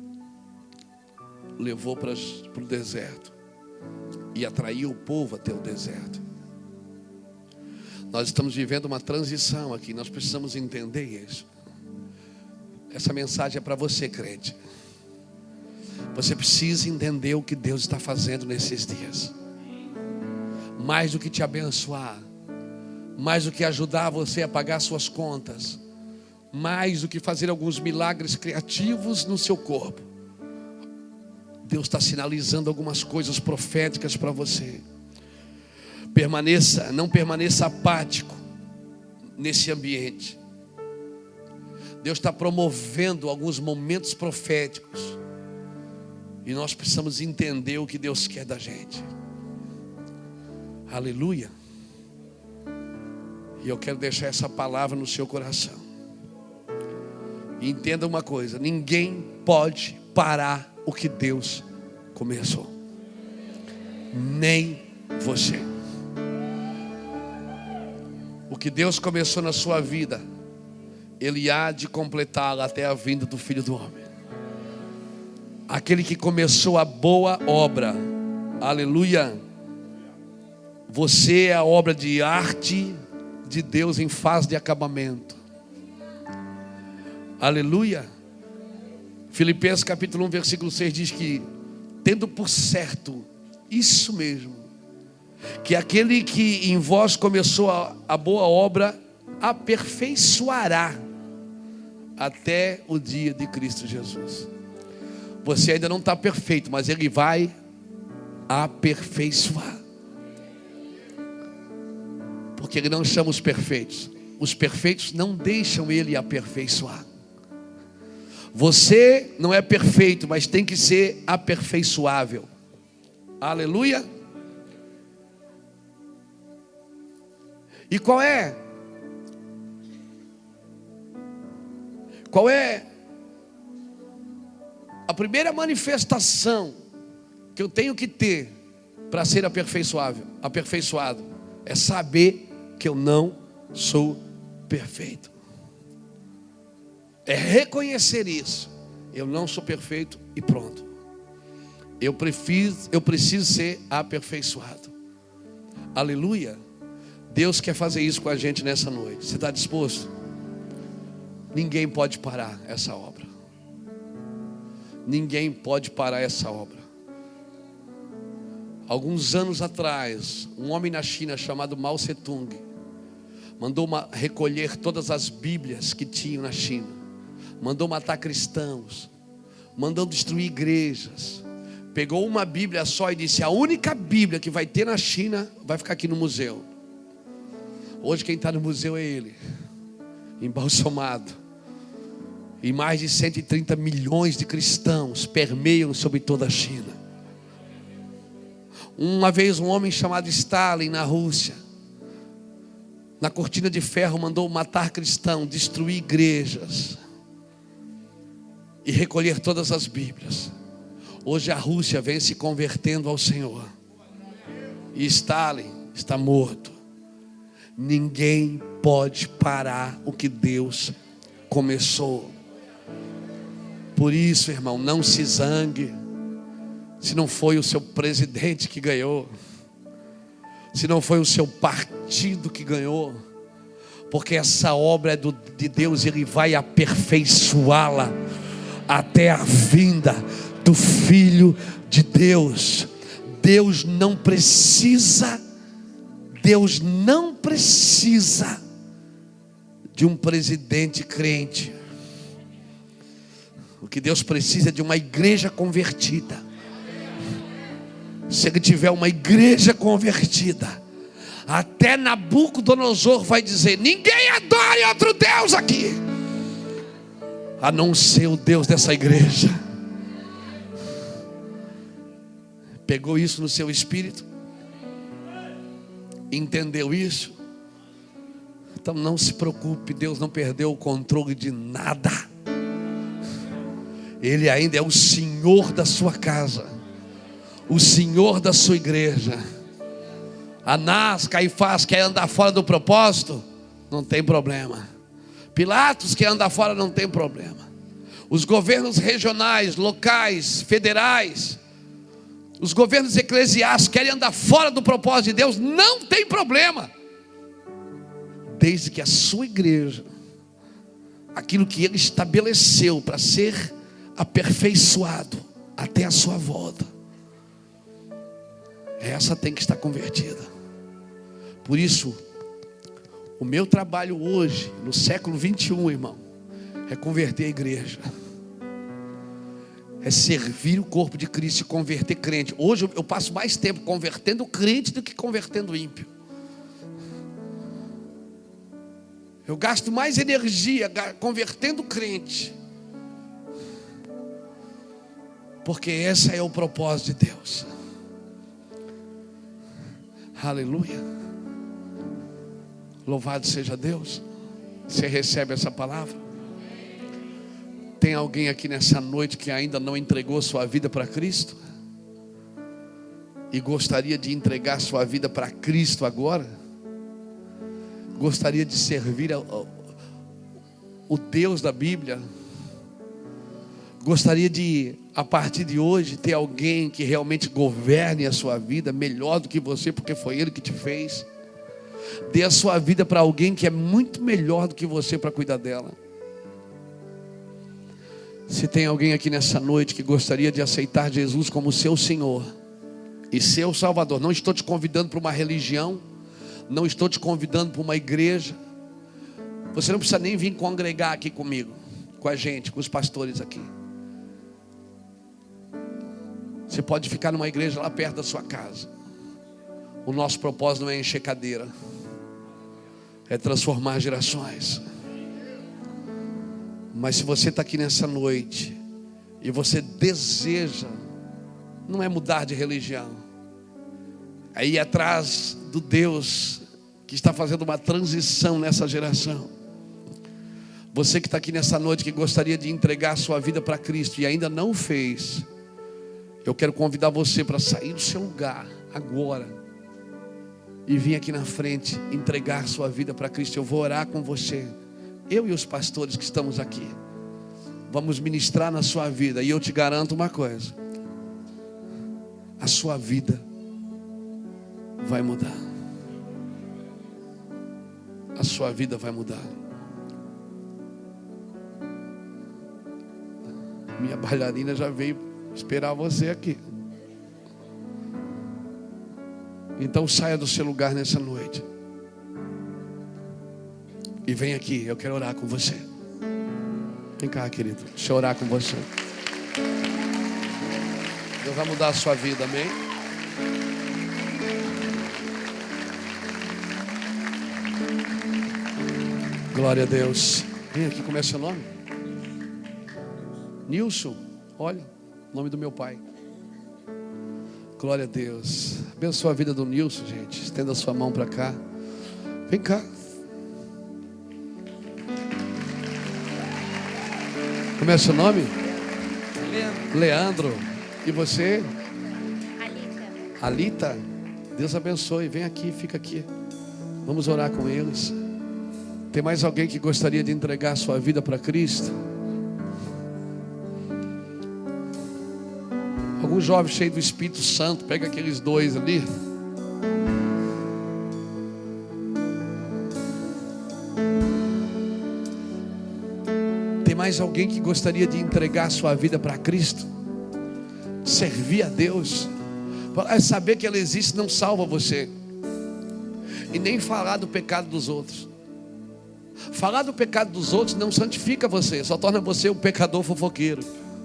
levou para o deserto e atraiu o povo até o deserto. Nós estamos vivendo uma transição aqui, nós precisamos entender isso. Essa mensagem é para você, crente. Você precisa entender o que Deus está fazendo nesses dias. Mais do que te abençoar, mais do que ajudar você a pagar suas contas, mais do que fazer alguns milagres criativos no seu corpo, Deus está sinalizando algumas coisas proféticas para você. Não permaneça apático nesse ambiente. Deus está promovendo alguns momentos proféticos. E nós precisamos entender o que Deus quer da gente. Aleluia. E eu quero deixar essa palavra no seu coração. E entenda uma coisa: ninguém pode parar o que Deus começou. Nem você. O que Deus começou na sua vida, Ele há de completá-lo até a vinda do Filho do Homem. Aquele que começou a boa obra, aleluia. Você é a obra de arte de Deus em fase de acabamento. Aleluia. Filipenses capítulo 1 versículo 6 diz que, tendo por certo isso mesmo, que aquele que em vós começou a boa obra aperfeiçoará até o dia de Cristo Jesus. Você ainda não está perfeito, mas Ele vai aperfeiçoar. Porque Ele não chama os perfeitos. Os perfeitos não deixam Ele aperfeiçoar. Você não é perfeito, mas tem que ser aperfeiçoável. Aleluia. E qual é a primeira manifestação que eu tenho que ter para ser aperfeiçoado? É saber que eu não sou perfeito. É reconhecer isso. Eu não sou perfeito e pronto. Eu preciso ser aperfeiçoado. Aleluia. Deus quer fazer isso com a gente nessa noite. Você está disposto? Ninguém pode parar essa obra. Ninguém pode parar essa obra. Alguns anos atrás, um homem na China chamado Mao Tse-tung mandou recolher todas as Bíblias que tinham na China. Mandou matar cristãos. Mandou destruir igrejas. Pegou uma Bíblia só e disse: a única Bíblia que vai ter na China vai ficar aqui no museu. Hoje quem está no museu é ele, embalsamado. E mais de 130 milhões de cristãos permeiam sobre toda a China. Uma vez um homem chamado Stalin na Rússia, na cortina de ferro, mandou matar cristãos, destruir igrejas e recolher todas as Bíblias. Hoje a Rússia vem se convertendo ao Senhor. E Stalin está morto. Ninguém pode parar o que Deus começou. Por isso, irmão, não se zangue se não foi o seu presidente que ganhou, se não foi o seu partido que ganhou, porque essa obra é de Deus. Ele vai aperfeiçoá-la até a vinda do Filho de Deus. Deus não precisa de um presidente crente. O que Deus precisa é de uma igreja convertida. Se Ele tiver uma igreja convertida, até Nabucodonosor vai dizer: ninguém adore outro Deus aqui, a não ser o Deus dessa igreja. Pegou isso no seu espírito? Entendeu isso? Então não se preocupe, Deus não perdeu o controle de nada. Ele ainda é o Senhor da sua casa, o Senhor da sua igreja. Anás, Caifás quer andar fora do propósito? Não tem problema. Pilatos quer andar fora? Não tem problema. Os governos regionais, locais, federais, os governos eclesiásticos querem andar fora do propósito de Deus? Não tem problema. Desde que a sua igreja, aquilo que Ele estabeleceu para ser aperfeiçoado até a sua volta, essa tem que estar convertida. Por isso, o meu trabalho hoje, no século 21, irmão, é converter a igreja, é servir o corpo de Cristo e converter crente. Hoje eu passo mais tempo convertendo crente do que convertendo ímpio. Eu gasto mais energia convertendo crente, porque esse é o propósito de Deus. Aleluia. Louvado seja Deus. Você recebe essa palavra? Tem alguém aqui nessa noite que ainda não entregou sua vida para Cristo e gostaria de entregar sua vida para Cristo agora? Gostaria de servir o Deus da Bíblia? Gostaria de, a partir de hoje, ter alguém que realmente governe a sua vida melhor do que você, porque foi Ele que te fez? Dê a sua vida para alguém que é muito melhor do que você para cuidar dela. Se tem alguém aqui nessa noite que gostaria de aceitar Jesus como seu Senhor e seu Salvador, não estou te convidando para uma religião, não estou te convidando para uma igreja. Você não precisa nem vir congregar aqui comigo, com a gente, com os pastores aqui. Você pode ficar numa igreja lá perto da sua casa. O nosso propósito não é encher cadeira, é transformar gerações. Mas se você está aqui nessa noite e você deseja, não é mudar de religião, é ir atrás do Deus que está fazendo uma transição nessa geração. Você que está aqui nessa noite, que gostaria de entregar a sua vida para Cristo e ainda não fez, eu quero convidar você para sair do seu lugar agora e vir aqui na frente entregar sua vida para Cristo. Eu vou orar com você. Eu e os pastores que estamos aqui vamos ministrar na sua vida. E eu te garanto uma coisa: a sua vida vai mudar. A sua vida vai mudar. Minha bailarina já veio esperar você aqui. Então saia do seu lugar nessa noite e vem aqui, eu quero orar com você. Vem cá, querido, deixa eu orar com você. Deus vai mudar a sua vida, amém? Glória a Deus. Vem aqui, como é seu nome? Nilson. Olha, nome do meu pai. Glória a Deus. Abençoa a vida do Nilson, gente. Estenda a sua mão para cá. Vem cá. Como é seu nome? Leandro. E você? Alita. Deus abençoe. Vem aqui, fica aqui. Vamos orar com eles. Tem mais alguém que gostaria de entregar a sua vida para Cristo? Algum jovem cheio do Espírito Santo? Pega aqueles dois ali. Tem mais alguém que gostaria de entregar a sua vida para Cristo? Servir a Deus? Saber que Ele existe não salva você. E nem falar do pecado dos outros. Falar do pecado dos outros não santifica você, só torna você um pecador fofoqueiro.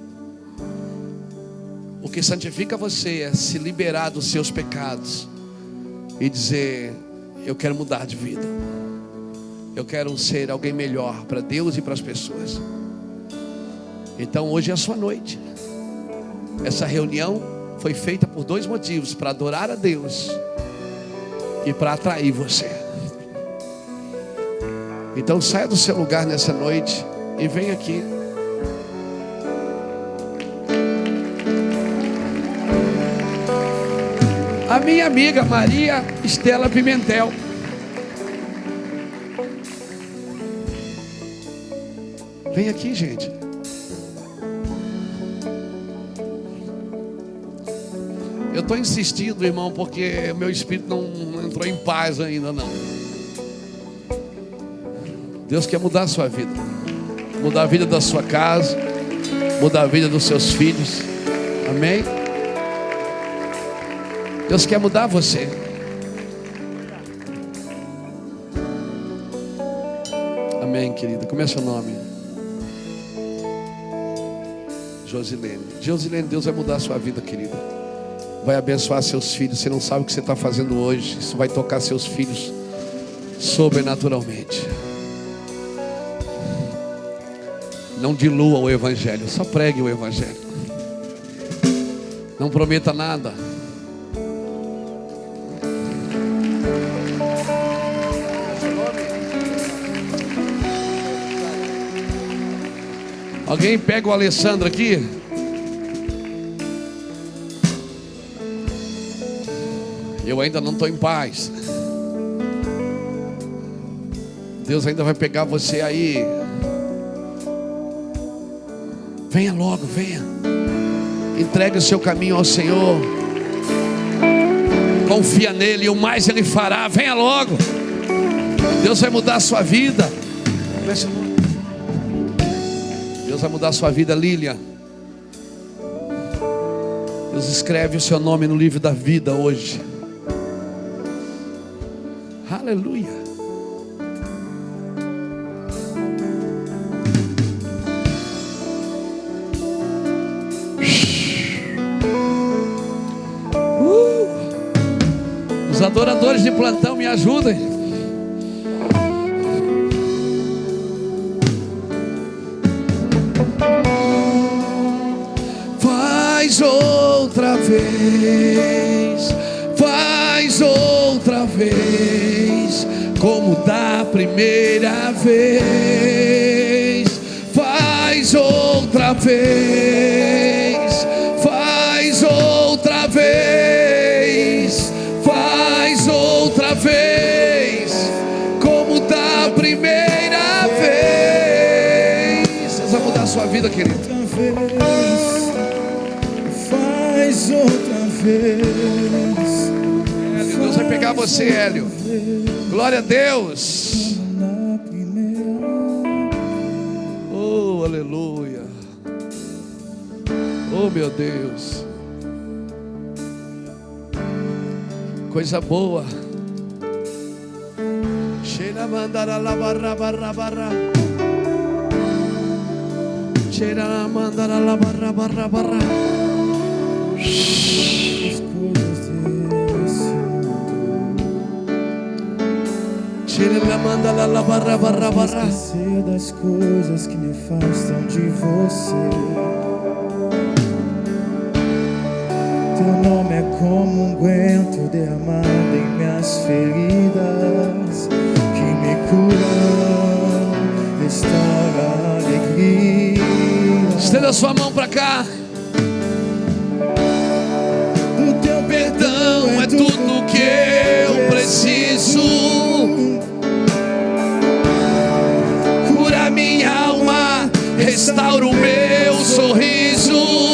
O que santifica você é se liberar dos seus pecados e dizer: eu quero mudar de vida, eu quero ser alguém melhor para Deus e para as pessoas. Então hoje é a sua noite. Essa reunião foi feita por dois motivos: para adorar a Deus e para atrair você. Então saia do seu lugar nessa noite e vem aqui. A minha amiga Maria Estela Pimentel. Vem aqui, gente. Eu estou insistindo, irmão, porque meu espírito não entrou em paz ainda não. Deus quer mudar a sua vida, mudar a vida da sua casa, mudar a vida dos seus filhos. Amém? Deus quer mudar você. Amém, querida. Como é seu nome? Josilene. Josilene, Deus vai mudar a sua vida, querida. Vai abençoar seus filhos. Você não sabe o que você está fazendo hoje. Isso vai tocar seus filhos sobrenaturalmente. Não dilua o evangelho, só pregue o evangelho. Não prometa nada. Alguém pega o Alessandro aqui? Eu ainda não estou em paz. Deus ainda vai pegar você aí. Venha logo, venha. Entregue o seu caminho ao Senhor. Confia nele, e o mais Ele fará. Venha logo. Deus vai mudar a sua vida. Deus vai mudar a sua vida, Lília. Deus escreve o seu nome no livro da vida hoje. Aleluia. Os adoradores de plantão me ajudem. Faz outra vez, faz outra vez, como da primeira vez. Faz outra vez, faz outra vez, faz outra vez, como da primeira vez. Deus vai mudar a sua vida, querido. Faz outra vez. Deus vai pegar você, Hélio. Glória a Deus. Oh, aleluia. Oh, meu Deus. Coisa boa. Cheira mandara la barra barra barra. Cheira mandara la barra barra barra. Cheira mandara la barra barra barra. Esquecer das coisas que me afastam de você. Teu nome é como um unguento derramado em minhas feridas, que me curam, restaura a alegria. Estenda sua mão pra cá. Do teu Perdão é tudo que eu preciso. Cura minha alma, restaura o meu sorriso.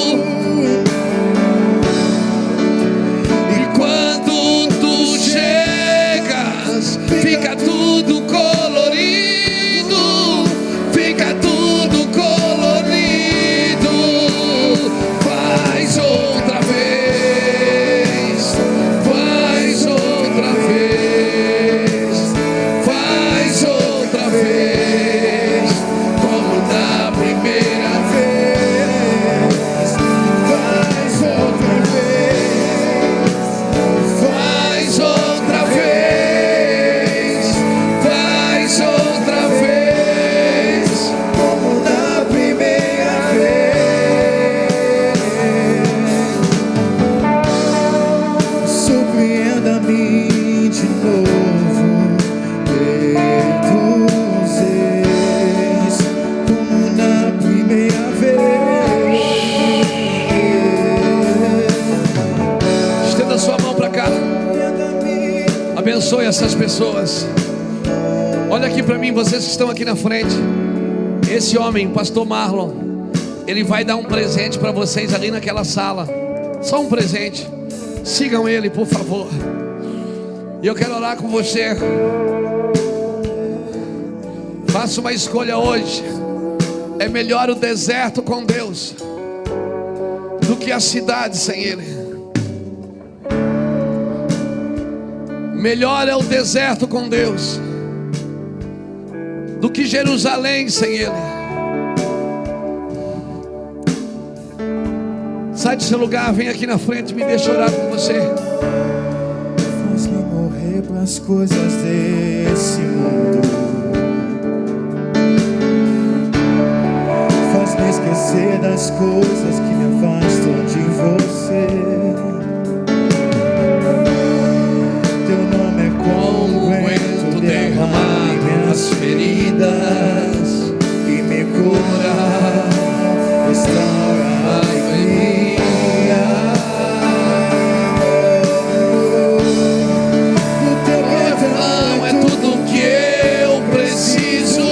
Fica tudo colorido, fica tudo colorido. Faz outra vez, faz outra vez, faz outra vez, como da primeira vez. Faz outra vez, faz outra vez. Abençoe essas pessoas. Olha aqui para mim, vocês que estão aqui na frente. Esse homem, pastor Marlon, ele vai dar um presente para vocês ali naquela sala. Só um presente. Sigam ele, por favor. E eu quero orar com você. Faça uma escolha hoje. É melhor o deserto com Deus do que a cidade sem Ele. Melhor é o deserto com Deus do que Jerusalém sem Ele. Sai do seu lugar, vem aqui na frente, me deixa orar com você. Faz-me morrer para as coisas desse mundo. me esquecer das coisas que me afastam de você. Teu nome é como o vento derramar em minhas feridas e me cura, restaura a alegria. O teu perdão é tudo que eu preciso.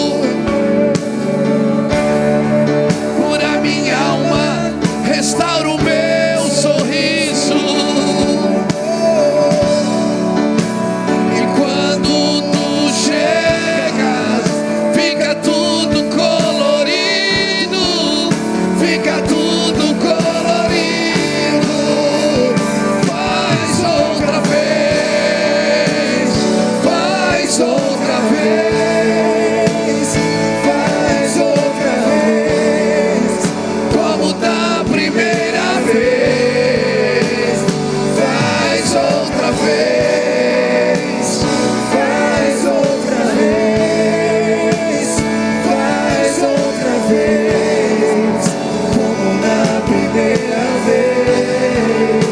Cura minha alma, restaura o meu sorriso. E quando tu chegas, fica tudo colorido, fica tudo colorido. Faz outra vez, faz outra vez, faz outra vez, como da primeira vez. Faz outra vez, faz outra vez, faz outra vez, como na primeira vez.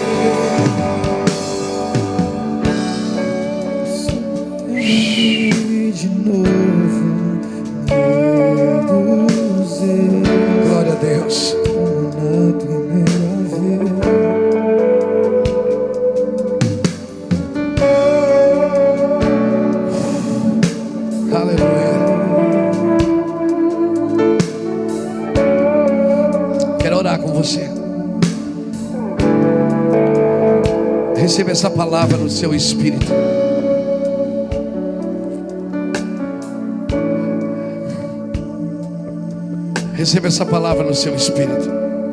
De novo, reduzir, Glória a Deus. como na primeira vez. Aleluia. Quero orar com você. Receba essa palavra no seu espírito. Receba essa palavra no seu espírito.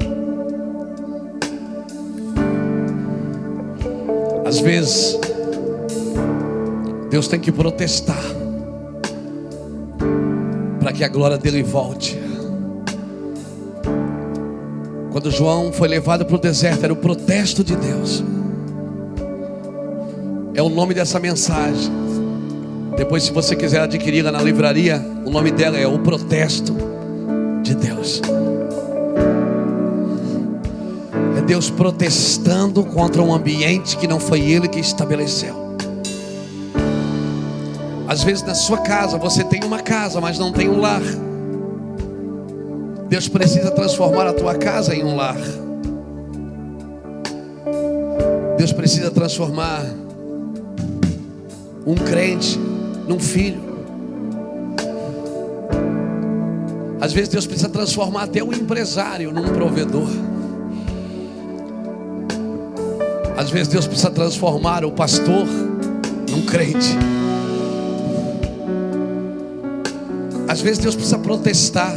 Às vezes, Deus tem que protestar para que a glória dele volte. Quando João foi levado para o deserto, era o protesto de Deus. É o nome dessa mensagem. Depois, se você quiser adquiri-la na livraria, o nome dela é O Protesto de Deus. É Deus protestando contra um ambiente que não foi Ele que estabeleceu. Às vezes na sua casa, você tem uma casa, mas não tem um lar. Deus precisa transformar a tua casa em um lar. Deus precisa transformar um crente num filho. Às vezes Deus precisa transformar até um empresário num provedor. Às vezes Deus precisa transformar o pastor num crente. Às vezes Deus precisa protestar.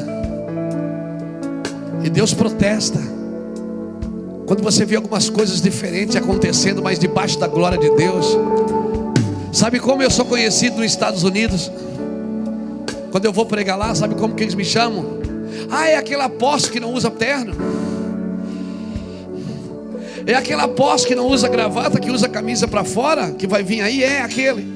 E Deus protesta quando você vê algumas coisas diferentes acontecendo, mas debaixo da glória de Deus. Sabe como eu sou conhecido nos Estados Unidos? Quando eu vou pregar lá, sabe como que eles me chamam? Ah, é aquele apóstolo que não usa terno. É aquele apóstolo que não usa gravata, que usa camisa para fora, que vai vir aí, é aquele.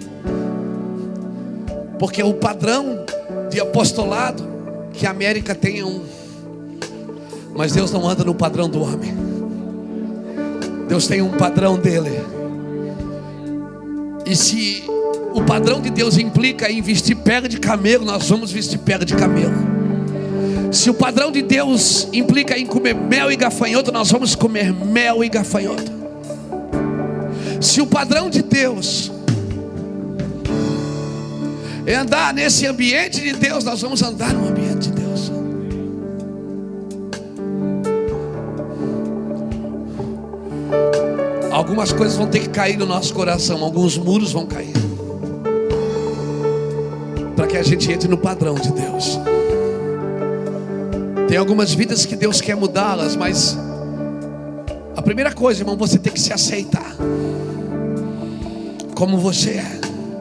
Porque o padrão de apostolado que a América tem é um. Mas Deus não anda no padrão do homem. Deus tem um padrão dele. E se o padrão de Deus implica em vestir pega de camelo, nós vamos vestir pega de camelo. Se o padrão de Deus implica em comer mel e gafanhoto, nós vamos comer mel e gafanhoto. Se o padrão de Deus é andar nesse ambiente de Deus, nós vamos andar no ambiente de Deus. Algumas coisas vão ter que cair no nosso coração, alguns muros vão cair, para que a gente entre no padrão de Deus. Tem algumas vidas que Deus quer mudá-las, mas a primeira coisa, irmão, você tem que se aceitar como você é.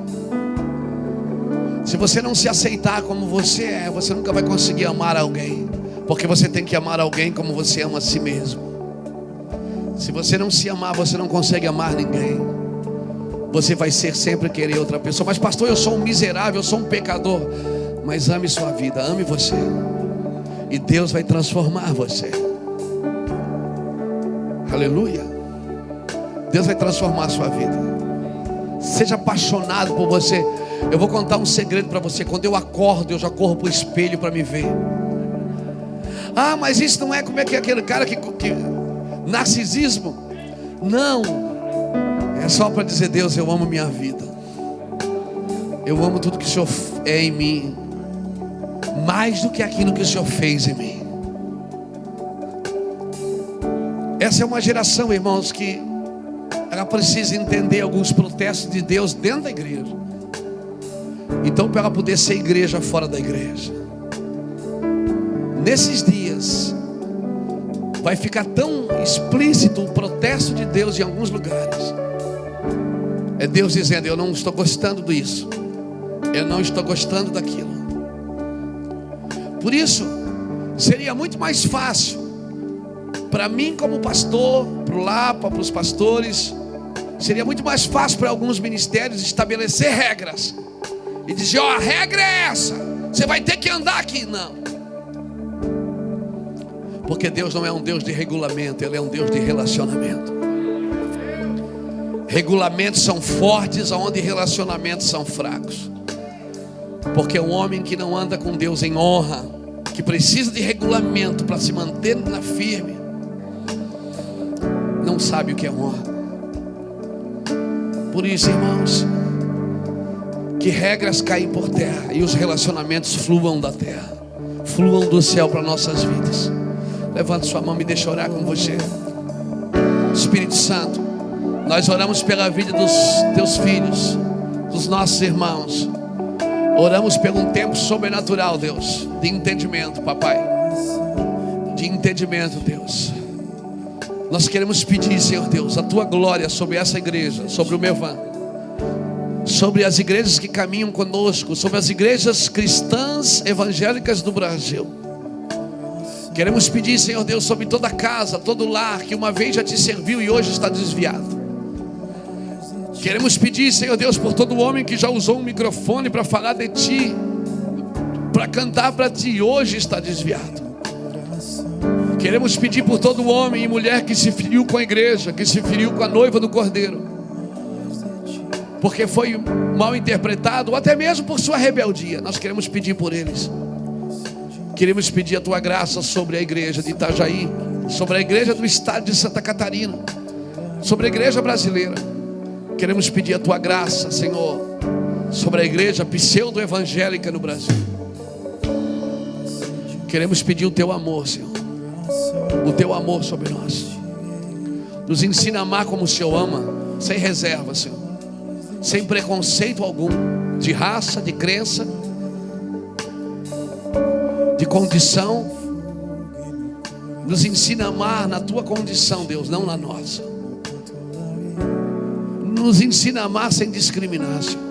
Se você não se aceitar como você é, você nunca vai conseguir amar alguém, porque você tem que amar alguém como você ama a si mesmo. Se você não se amar, você não consegue amar ninguém. Você vai ser sempre querer outra pessoa. Mas pastor, eu sou um miserável, eu sou um pecador. Mas ame sua vida, ame você. E Deus vai transformar você. Aleluia. Deus vai transformar a sua vida. Seja apaixonado por você. Eu vou contar um segredo para você. Quando eu acordo, eu já corro para o espelho para me ver. Ah, mas isso não é como é que é aquele cara que narcisismo. Não. É só para dizer: Deus, eu amo minha vida. Eu amo tudo que o Senhor é em mim, mais do que aquilo que o Senhor fez em mim. Essa é uma geração, irmãos, que ela precisa entender alguns protestos de Deus dentro da igreja. Então, para ela poder ser igreja fora da igreja, nesses dias vai ficar tão explícito o protesto de Deus em alguns lugares. É Deus dizendo: eu não estou gostando disso, eu não estou gostando daquilo. Por isso, seria muito mais fácil para mim como pastor, para o Lapa, para os pastores, seria muito mais fácil para alguns ministérios estabelecer regras e dizer: ó, a regra é essa, você vai ter que andar aqui. Não. Porque Deus não é um Deus de regulamento, Ele é um Deus de relacionamento. Regulamentos são fortes onde relacionamentos são fracos. Porque o homem que não anda com Deus em honra, que precisa de regulamento para se manter na firme, não sabe o que é honra. Por isso, irmãos, que regras caem por terra e os relacionamentos fluam da terra, fluam do céu para nossas vidas. Levante sua mão e me deixa orar com você. Espírito Santo, nós oramos pela vida dos teus filhos, dos nossos irmãos. Oramos por um tempo sobrenatural, Deus, de entendimento, papai. De entendimento, Deus. Nós queremos pedir, Senhor Deus, a tua glória sobre essa igreja, sobre o Mevan, sobre as igrejas que caminham conosco, sobre as igrejas cristãs evangélicas do Brasil. Queremos pedir, Senhor Deus, sobre toda casa, todo lar que uma vez já te serviu e hoje está desviado. Queremos pedir, Senhor Deus, por todo homem que já usou um microfone para falar de ti, para cantar para ti e hoje está desviado. Queremos pedir por todo homem e mulher que se feriu com a igreja, que se feriu com a noiva do Cordeiro, porque foi mal interpretado, ou até mesmo por sua rebeldia. Nós queremos pedir por eles. Queremos pedir a tua graça sobre a igreja de Itajaí, sobre a igreja do estado de Santa Catarina, sobre a igreja brasileira. Queremos pedir a tua graça, Senhor, sobre a igreja pseudo-evangélica no Brasil. Queremos pedir o teu amor, Senhor, o teu amor sobre nós. Nos ensina a amar como o Senhor ama, sem reserva, Senhor, sem preconceito algum, de raça, de crença, de condição. Nos ensina a amar na tua condição, Deus, não na nossa. Nos ensina a amar sem discriminar, Senhor.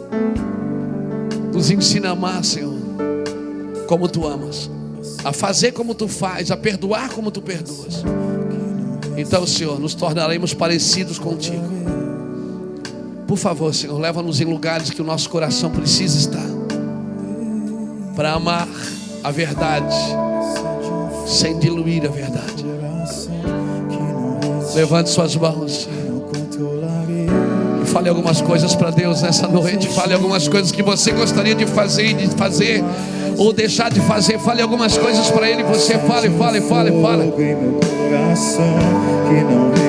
Nos ensina a amar, Senhor, como tu amas, a fazer como tu fazes, a perdoar como tu perdoas. Então, Senhor, nos tornaremos parecidos contigo. Por favor, Senhor, leva-nos em lugares que o nosso coração precisa estar, para amar a verdade sem diluir a verdade. Levante suas mãos e fale algumas coisas para Deus nessa noite. Fale algumas coisas que você gostaria de fazer ou deixar de fazer. Fale algumas coisas para Ele. Você fale. Meu coração que não